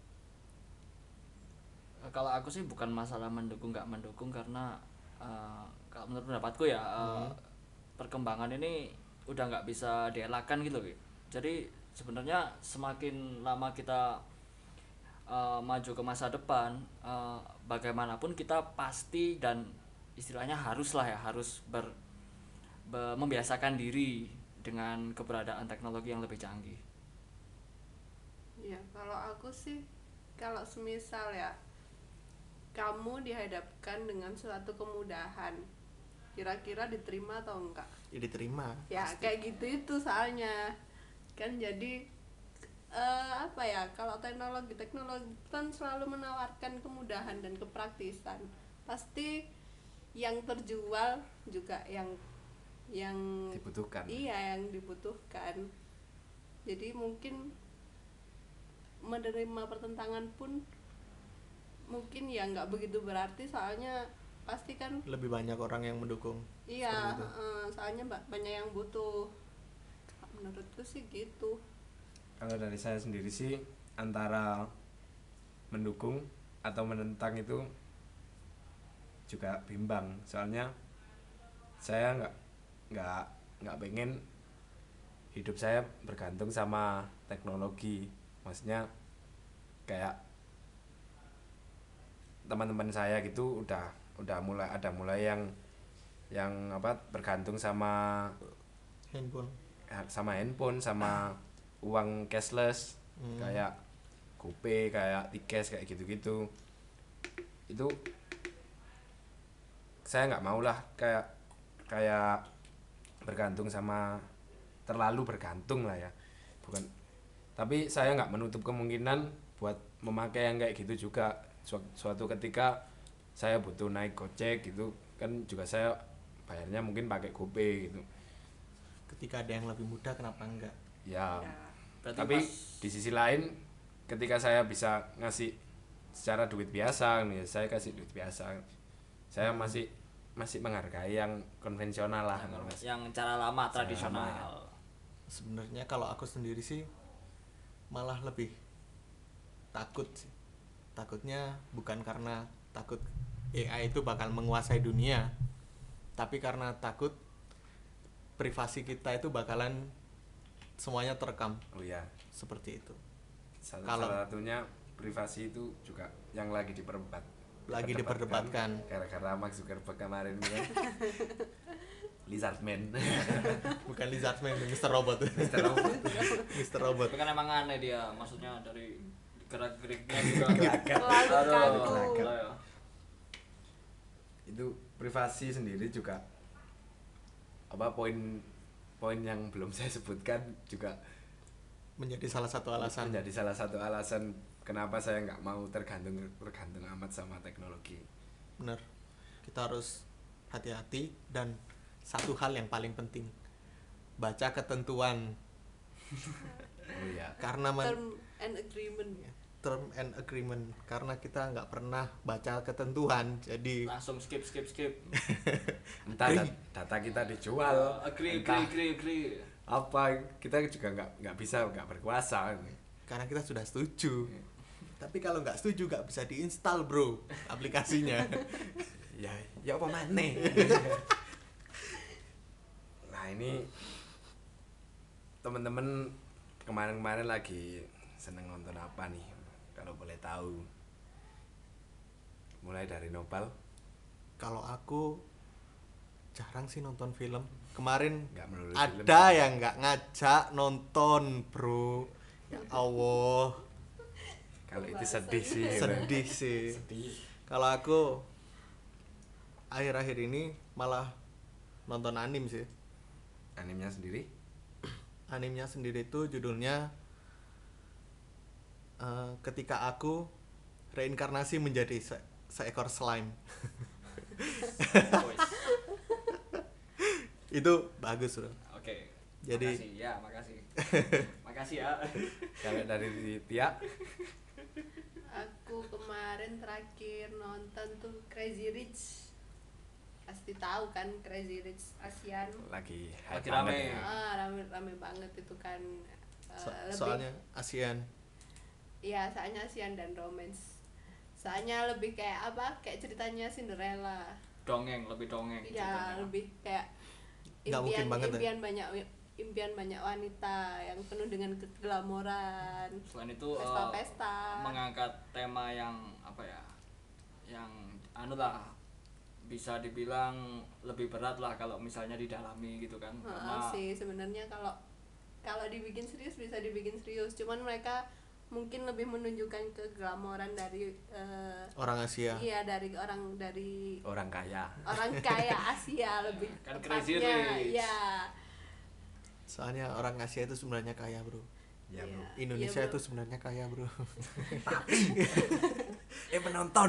Kalau aku sih bukan masalah mendukung nggak mendukung, karena kalau menurut pendapatku ya perkembangan ini udah nggak bisa dielakkan gitu. Jadi sebenarnya semakin lama kita maju ke masa depan, bagaimanapun kita pasti dan istilahnya harus membiasakan diri dengan keberadaan teknologi yang lebih canggih. Ya, kalau aku sih, kalau semisal ya kamu dihadapkan dengan suatu kemudahan, kira-kira diterima atau enggak? Ya diterima. Ya pasti. kayak gitu itu soalnya kan. Jadi apa ya, kalau teknologi kan selalu menawarkan kemudahan dan kepraktisan, pasti yang terjual juga yang Dibutuhkan. Iya, yang dibutuhkan. Jadi mungkin menerima pertentangan pun mungkin ya nggak begitu berarti, soalnya pasti kan Lebih banyak orang yang mendukung. iya, Seperti itu. soalnya banyak yang butuh. Menurutku sih gitu. Kalau dari saya sendiri sih antara mendukung atau menentang itu juga bimbang. Soalnya saya nggak pengen hidup saya bergantung sama teknologi. Maksudnya kayak teman-teman saya gitu udah mulai yang bergantung sama Handphone. sama uang cashless, kayak GoPay, kayak Tikes, kayak gitu-gitu. Itu saya nggak mau lah kayak terlalu bergantung lah ya, bukan. Tapi saya nggak menutup kemungkinan buat memakai yang kayak gitu juga. Suatu ketika saya butuh naik Gojek gitu kan, juga saya bayarnya mungkin pakai GoPay gitu Ketika ada yang lebih mudah, kenapa enggak? ya. Ya. Berarti Tapi di sisi lain ketika saya bisa ngasih secara duit biasa nih, saya kasih duit biasa. Saya masih menghargai yang konvensional lah, yang cara lama Cara tradisional. lama, Sebenarnya kalau aku sendiri sih malah lebih takut sih. Takutnya bukan karena takut AI itu bakal menguasai dunia, tapi karena takut privasi kita itu bakalan semuanya terekam. Oh ya, Seperti itu. salah satunya privasi itu juga yang lagi diperdebatkan. gara-gara Mark Zuckerberg kemarin kan. Lizardman. Bukan Lizardman, Mr. Robot. Mr. Robot. Tapi kan emang aneh dia, maksudnya dari gerak-geriknya juga Terlalu kaku. ya. Itu privasi sendiri juga poin yang belum saya sebutkan juga Menjadi salah satu alasan kenapa saya nggak mau tergantung amat sama teknologi. Benar. Kita harus hati-hati, dan satu hal yang paling penting, baca ketentuan. Oh ya, Karena Term and agreement. term and agreement, karena kita nggak pernah baca ketentuan, jadi Langsung skip. entah data kita dijual, Agree. apa, kita juga nggak berkuasa. karena kita sudah setuju. Tapi kalau nggak setuju nggak bisa diinstal, bro, aplikasinya. ya apa maneh. Nah, ini temen-temen kemarin lagi seneng nonton apa nih, kalau boleh tahu? Mulai dari Nopal. Kalau aku jarang sih nonton film. Kemarin Nggak melulu ada film. yang nggak ngajak nonton, bro. Ya Allah, Kalau itu sedih sih. sedih sih. Kalau aku akhir-akhir ini malah nonton anim sih. Animenya sendiri Animenya sendiri itu judulnya Ketika Aku Reinkarnasi Menjadi Seekor Slime. Wes. Itu bagus bro. Oke. Jadi- makasih ya, makasih. Makasih ya. kalau dari Tia Aku kemarin terakhir nonton tuh Crazy Rich. Pasti tahu kan Crazy Rich Asian. lagi Lagi hype rame. banget ya. Rame banget itu kan. Lebih, Soalnya ASEAN. iya, soalnya Asian dan romance. Soalnya lebih kayak apa? Kayak ceritanya Cinderella. Dongeng, lebih dongeng. Iya, ceritanya. lebih kayak Nggak mungkin banget ya? impian banyak wanita yang penuh dengan keglamoran. Selain itu Pesta-pesta. mengangkat tema yang apa ya? Yang anu lah, bisa dibilang lebih berat lah kalau misalnya didalami gitu kan. Sih sebenarnya kalau dibikin serius bisa dibikin serius, cuman mereka mungkin lebih menunjukkan keglamoran dari Orang Asia. iya dari orang kaya orang kaya Asia lebih Kan Crazy tepatnya. Rich. Iya. Soalnya orang Asia itu sebenarnya kaya bro. ya bro Iya. Indonesia Iya, itu bro. sebenarnya kaya bro. penonton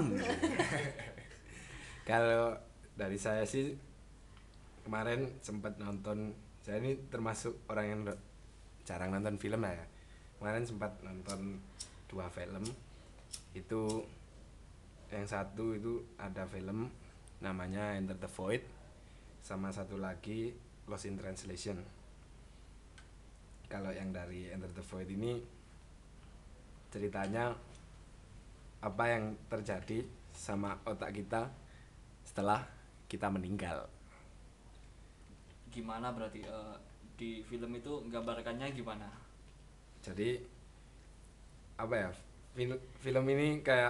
kalau dari saya sih kemarin sempat nonton, saya ini termasuk orang yang jarang nonton film lah ya. Kemarin sempat nonton 2 film. Itu yang satu itu ada film namanya Enter the Void, sama satu lagi Lost in Translation. Kalau yang dari Enter the Void ini ceritanya apa yang terjadi sama otak kita setelah kita meninggal. Gimana berarti di film itu gambarkannya gimana? Jadi apa ya, film ini kayak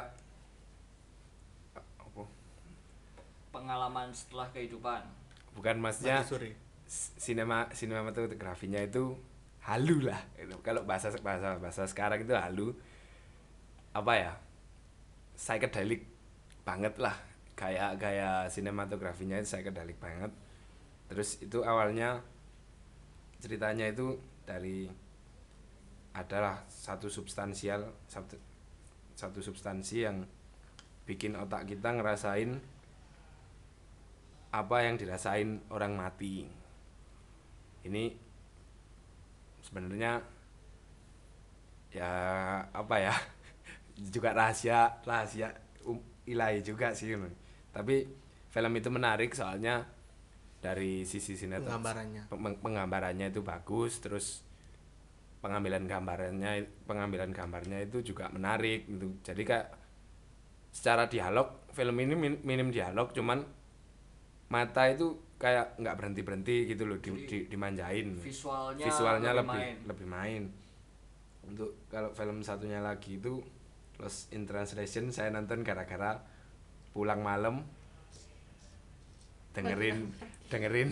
apa, Pengalaman setelah kehidupan. bukan maksudnya Mati suri. sinematografinya itu halu lah. Kalau bahasa sekarang itu halu, apa ya, psychedelic banget lah, kayak sinematografinya itu psychedelic banget. Terus itu awalnya ceritanya itu dari adalah satu substansi yang bikin otak kita ngerasain apa yang dirasain orang mati. Ini sebenarnya ya apa ya, juga rahasia ilahi juga sih. Tapi film itu menarik soalnya dari sisi penggambarannya itu bagus, terus pengambilan gambarnya itu juga menarik gitu. Jadi kayak secara dialog film ini minim dialog, cuman mata itu kayak nggak berhenti gitu loh, dimanjain. Visualnya lebih main. Untuk kalau film satunya lagi itu Lost in Translation, saya nonton gara-gara pulang malam dengerin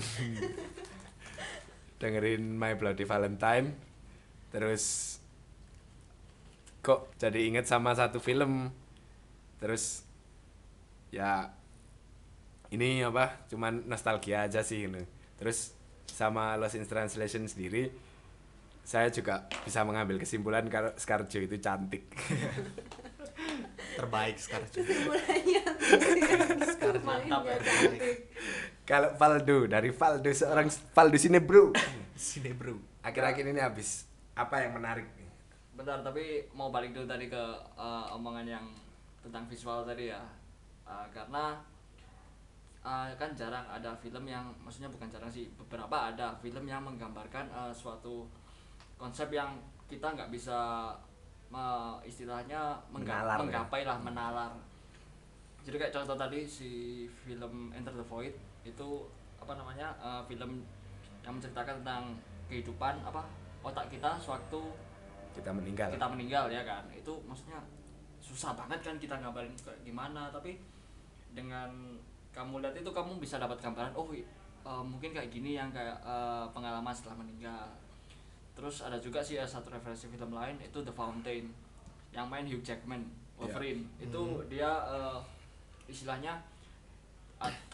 My Bloody Valentine, terus kok jadi inget sama satu film, terus ya ini apa, cuman nostalgia aja sih gitu. Terus sama Lost in Translation sendiri saya juga bisa mengambil kesimpulan kalau Scarjo itu cantik. Terbaik sekarang. Kesimpulannya Mantap ya. Kalau Valdo seorang Valdo sini bro. Sini bro. Akhir-akhir ini habis apa yang menarik nih? Bentar, tapi mau balik dulu tadi ke omongan yang tentang visual tadi ya. Karena kan jarang ada film yang, maksudnya bukan jarang sih, beberapa ada film yang menggambarkan suatu konsep yang kita nggak bisa istilahnya menggapai lah, menalar. Jadi kayak contoh tadi si film Enter the Void itu apa namanya, film yang menceritakan tentang kehidupan otak kita sewaktu Kita meninggal ya kan. Itu maksudnya susah banget kan kita gambarin kayak gimana, tapi dengan kamu lihat itu kamu bisa dapat gambaran, mungkin kayak gini yang kayak pengalaman setelah meninggal. Terus ada juga sih satu referensi film lain, itu The Fountain yang main Hugh Jackman, Wolverine. Itu dia istilahnya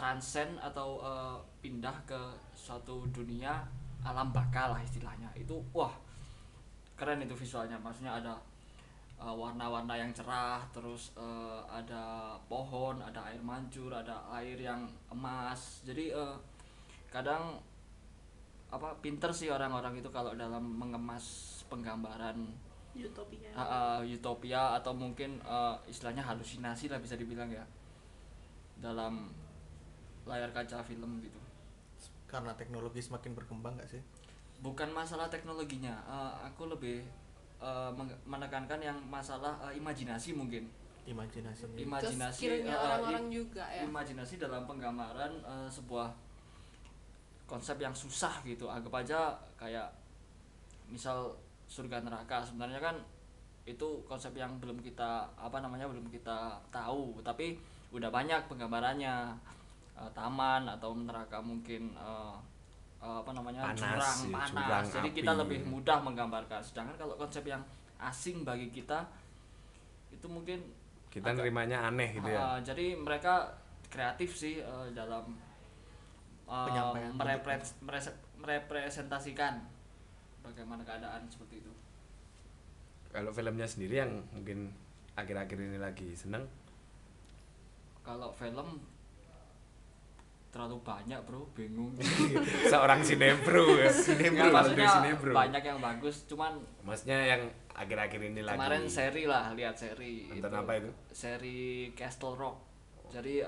transcend atau pindah ke suatu dunia alam baka lah istilahnya. Itu wah keren itu visualnya, maksudnya ada warna-warna yang cerah, terus ada pohon, ada air mancur, ada air yang emas. Jadi kadang apa pinter sih orang-orang itu kalau dalam mengemas penggambaran Utopia. utopia atau mungkin istilahnya halusinasi lah bisa dibilang ya dalam layar kaca film gitu. Karena teknologi semakin berkembang nggak sih? Bukan masalah teknologinya, aku lebih menekankan yang masalah imajinasi mungkin. Imajinasinya. Imajinasi Skillnya orang-orang juga ya. imajinasi dalam penggambaran sebuah konsep yang susah gitu. Anggap aja kayak misal surga neraka, sebenarnya kan itu konsep yang belum kita belum kita tahu, tapi udah banyak penggambarannya. Taman atau neraka mungkin Panas, jurang ya, panas, jurang, jadi api. kita lebih mudah menggambarkan. Sedangkan kalau konsep yang asing bagi kita itu mungkin Kita nerimanya aneh gitu ya. jadi mereka kreatif sih dalam Penyampaian merepresentasikan bagaimana keadaan seperti itu. Kalau filmnya sendiri yang mungkin akhir-akhir ini lagi seneng, Kalau film terlalu banyak bro, bingung. seorang sinebro ya. Nggak, maksudnya Sinebro. banyak yang bagus, cuman Maksudnya yang akhir-akhir ini lagi. kemarin seri lah, lihat seri. Nonton apa itu? Seri Castle Rock. Jadi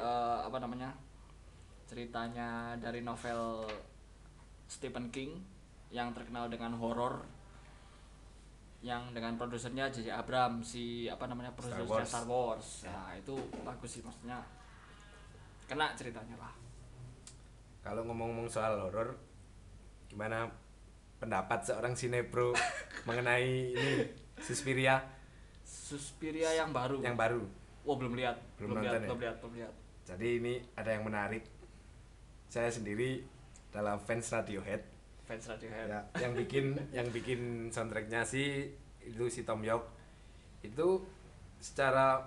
ceritanya dari novel Stephen King yang terkenal dengan horor, yang dengan produsernya J.J. Abrams, produsernya Star Wars. Nah, itu bagus sih, maksudnya kena ceritanya lah. Kalau ngomong-ngomong soal horor, gimana pendapat seorang sinebro mengenai ini Suspiria Suspiria yang baru. yang baru? Oh, belum lihat. Belum nonton ya? Belum lihat. Jadi ini ada yang menarik. Saya sendiri adalah fans Radiohead. Fans Radiohead. Ya, yang bikin soundtracknya sih itu si Tom York. Itu secara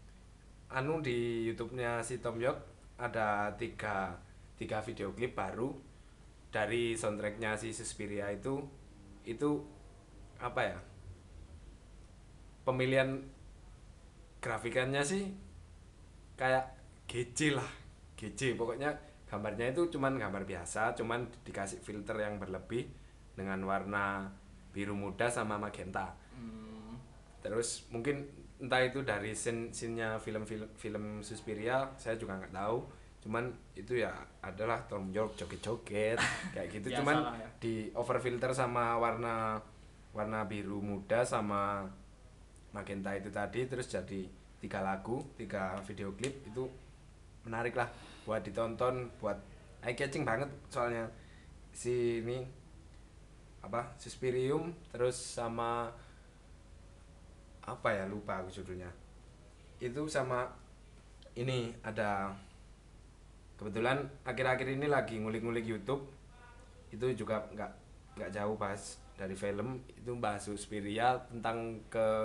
di YouTube-nya si Tom York ada tiga video klip baru dari soundtracknya si Suspiria itu apa ya, pemilihan grafikannya sih kayak GC lah, GC pokoknya. Gambarnya itu cuman gambar biasa, cuman dikasih filter yang berlebih dengan warna biru muda sama magenta. Terus mungkin entah itu dari scene-nya film Suspiria, saya juga nggak tahu. Cuman itu ya adalah Tom York joget-joget kayak gitu. Biasa Cuman lah ya. di overfilter sama warna biru muda sama magenta itu tadi, terus jadi 3 video klip. Itu menarik lah buat ditonton, buat eye catching banget soalnya si ini Suspirium, terus sama apa ya, lupa aku judulnya. Itu sama ini ada, kebetulan akhir-akhir ini lagi ngulik-ngulik YouTube, itu juga nggak jauh bahas dari film, itu bahas Suspiria tentang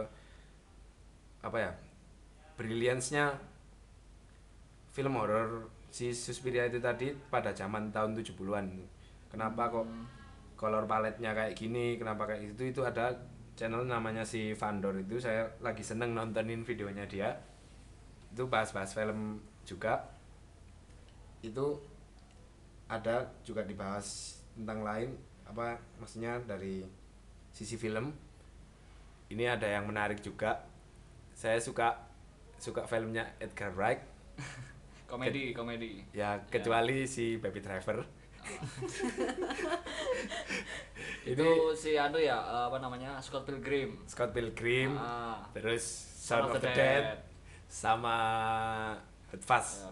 brilliance-nya film horor si Suspiria itu tadi pada zaman tahun 70-an. Kenapa kok color palette-nya kayak gini, kenapa kayak gitu? Itu ada channel namanya si Vandor, itu saya lagi seneng nontonin videonya dia. Itu bahas-bahas film juga. Itu ada juga dibahas tentang lain, maksudnya dari sisi film. Ini ada yang menarik juga. Saya suka filmnya Edgar Wright. komedi Ya, kecuali si Baby Driver. itu si Scott Pilgrim, Terus Shaun of the Dead, sama Hot Fuzz.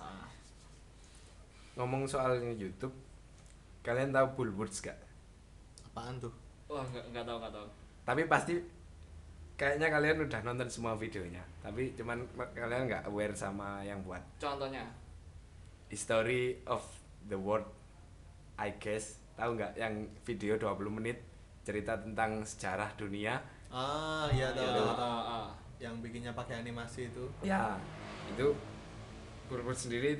Ngomong soal YouTube, kalian tahu Bullwurst gak? Apaan tuh? Wah, nggak tahu. Tapi pasti kayaknya kalian udah nonton semua videonya, tapi cuman kalian nggak aware sama yang buat. Contohnya History of the World, I guess. Tahu nggak yang video 20 menit cerita tentang sejarah dunia? Iya tahu. Ah. Yang bikinnya pakai animasi itu. Ya, itu Bullwurst sendiri itu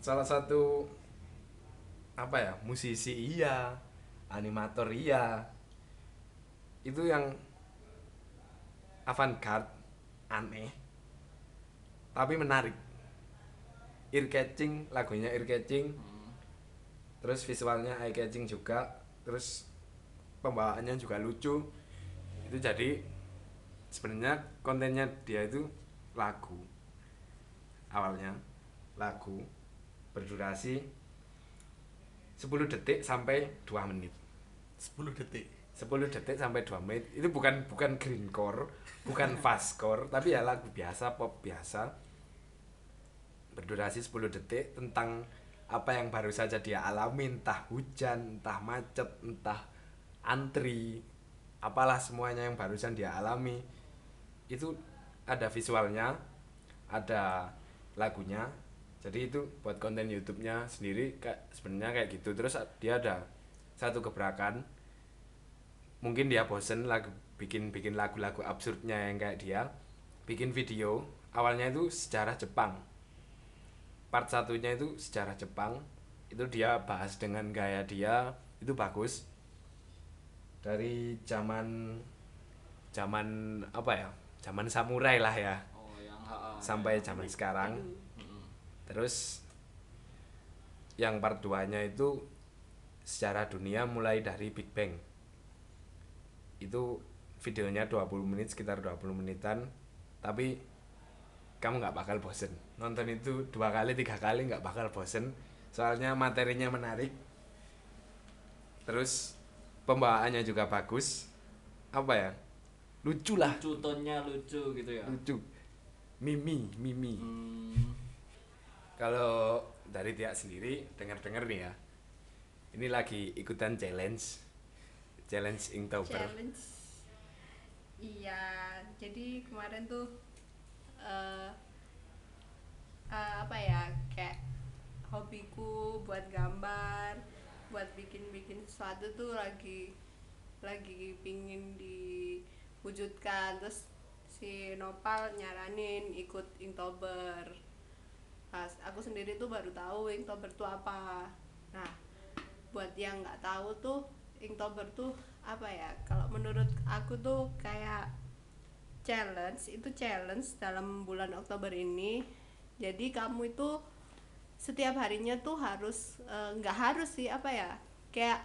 salah satu apa ya, musisi iya, animator iya, itu yang avant-garde, aneh tapi menarik, ear catching, lagunya ear catching, terus visualnya eye catching juga, terus pembawaannya juga lucu. Itu jadi sebenarnya kontennya dia itu lagu, awalnya lagu berdurasi 10 detik sampai 2 menit. 10 detik 10 detik sampai 2 menit. Itu bukan grindcore, bukan fastcore, tapi ya lagu biasa, pop biasa. Berdurasi 10 detik tentang apa yang baru saja dia alami, entah hujan, entah macet, entah antri, apalah semuanya yang barusan dia alami. Itu ada visualnya, ada lagunya. Jadi itu buat konten YouTube-nya sendiri sebenarnya kayak gitu. Terus dia ada satu gebrakan, mungkin dia bosen bikin lagu-lagu absurdnya yang kayak dia, bikin video awalnya itu sejarah Jepang, part satunya itu sejarah Jepang, itu dia bahas dengan gaya dia, itu bagus, dari zaman apa ya, zaman samurai lah ya, Oh, yang sampai zaman sekarang. Terus yang part 2 nya itu secara dunia mulai dari Big Bang. Itu videonya 20 menit, sekitar 20 menitan, tapi kamu nggak bakal bosen nonton itu 2 kali 3 kali, nggak bakal bosen, soalnya materinya menarik, terus pembawaannya juga bagus, apa ya, lucu lah, lucu, tonnya lucu gitu ya. lucu, mimi. Hmm, Kalau dari Tiak sendiri denger nih ya, ini lagi ikutan challenge Inktober. Challenge. Iya, jadi kemarin tuh apa ya, kayak hobiku buat gambar, buat bikin sesuatu tuh lagi pingin diwujudkan. Terus si Nopal nyaranin ikut Inktober. Pas aku sendiri tuh baru tahu Inktober tuh apa. Nah, buat yang nggak tahu tuh Inktober tuh apa ya, kalau menurut aku tuh kayak challenge dalam bulan Oktober ini. Jadi kamu itu setiap harinya tuh harus, nggak harus sih, apa ya, kayak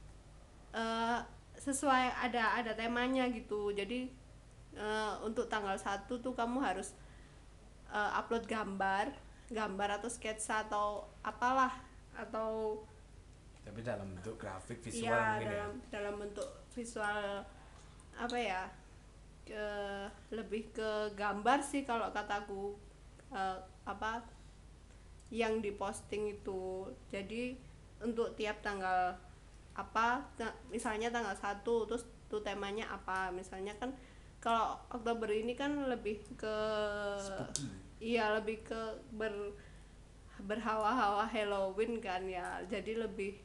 sesuai, ada temanya gitu. Jadi untuk tanggal 1 tuh kamu harus upload gambar atau sketsa atau apalah, atau Tapi dalam bentuk grafik visual iya, mungkin dalam bentuk visual, apa ya, lebih ke gambar sih kalau kataku, apa yang diposting itu. Jadi untuk tiap tanggal apa, misalnya tanggal 1 terus tuh temanya apa, misalnya kan kalau Oktober ini kan lebih ke spooky. iya, lebih ke berhawa-hawa Halloween kan ya. Jadi lebih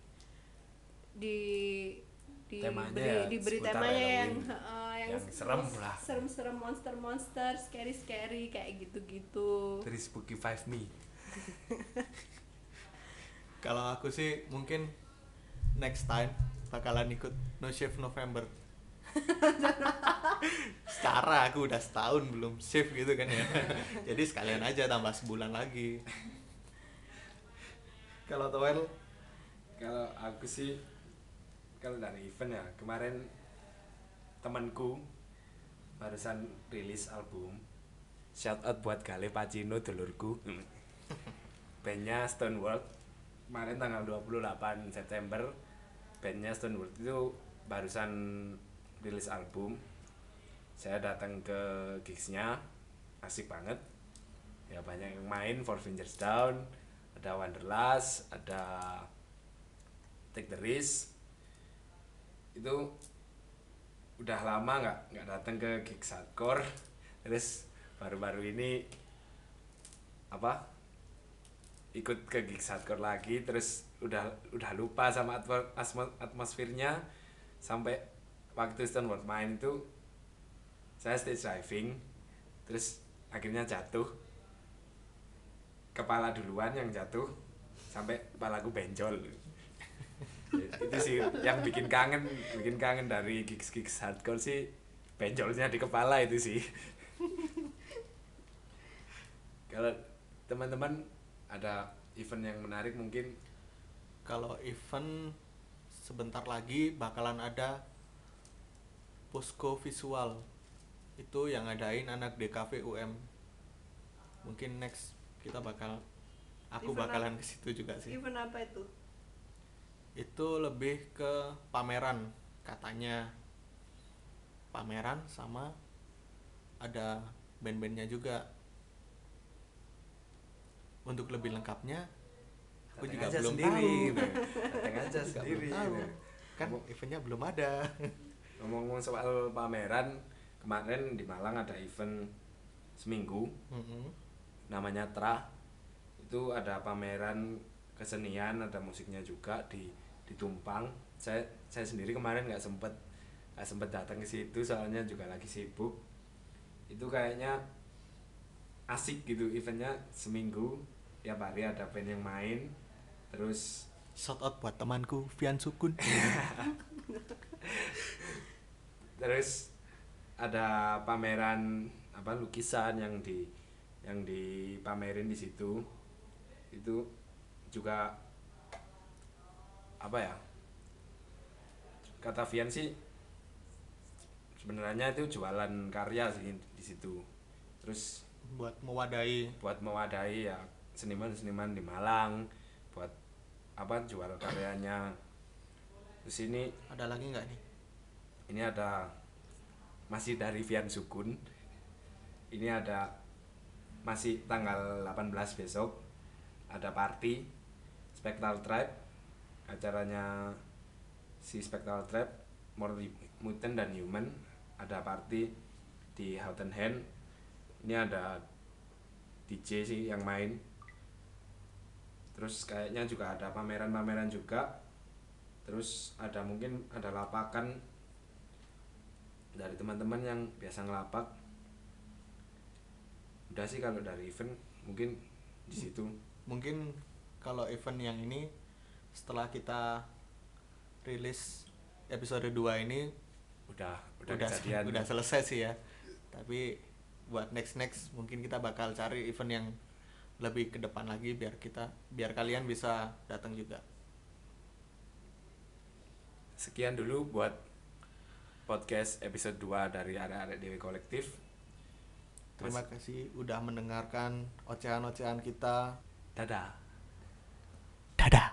Temanya diberi seputar temanya yang Halloween. Yang serem lah. serem, monster scary kayak gitu. Dari Spooky Five Me. Kalau aku sih mungkin next time bakalan ikut No Shave November. Secara aku udah setahun belum shave gitu kan ya. Jadi sekalian aja tambah sebulan lagi. Kalau Toel, Kalau aku sih, kalau dari event ya, kemarin temanku barusan rilis album. Shout out buat Gale Pacino, dulurku. Bandnya Stoneworld. Kemarin tanggal 28 September bandnya Stoneworld itu barusan rilis album. Saya datang ke gigsnya, asik banget ya, banyak yang main, Four Fingers Down, ada Wanderlust, ada Take the Risk. Itu udah lama nggak datang ke gigs hardcore, terus baru-baru ini apa, ikut ke gigs hardcore lagi, terus udah lupa sama atmosfernya. Sampai waktu Stoneworld main itu saya stage diving, terus akhirnya jatuh, kepala duluan yang jatuh, sampai kepalaku benjol. Itu sih yang bikin kangen dari gigs hardcore sih, benjolnya di kepala itu sih. Kalau teman-teman ada event yang menarik mungkin. Kalau event sebentar lagi bakalan ada Posko Visual, itu yang ngadain anak DKV UM. Mungkin next aku Event bakalan ke situ juga sih. Event apa itu? Itu lebih ke pameran katanya, pameran sama ada band-bandnya juga. Untuk lebih lengkapnya aku Datang juga aja belum sendiri, tahu. gitu. Datang aja Juga sendiri. belum tahu. gitu. Kan eventnya belum ada. Ngomong soal pameran, kemarin di Malang ada event seminggu namanya Tra. Itu ada pameran kesenian, ada musiknya juga di Tumpang. Saya sendiri kemarin nggak sempet datang ke situ soalnya juga lagi sibuk. Itu kayaknya asik gitu, eventnya seminggu, tiap hari ada band yang main. Terus Shout out buat temanku Vian Sukun. terus ada pameran lukisan yang dipamerin di situ. Itu juga kata Vian sih sebenarnya itu jualan karya sih di situ. Terus buat mewadahi ya seniman-seniman di Malang buat jual karyanya. Terus ini ada lagi nggak nih? ini ada masih dari Vian Sukun. Ini ada masih tanggal 18 besok ada party Spectral Tribe, acaranya si Spectral Tribe, More Mutant dan Human. Ada party di Houghton Hand. Ini ada DJ sih yang main. Terus kayaknya juga ada pameran-pameran juga. Terus mungkin ada lapakan dari teman-teman yang biasa ngelapak. Udah sih kalau dari event mungkin di situ. Mungkin kalau event yang ini setelah kita rilis episode 2 ini udah kejadian. udah selesai sih ya. Tapi buat next mungkin kita bakal cari event yang lebih ke depan lagi biar kalian bisa datang juga. Sekian dulu buat podcast episode 2 dari Arek-Arek Dewe Kolektif. Terima kasih udah mendengarkan ocehan-ocehan kita. Dadah.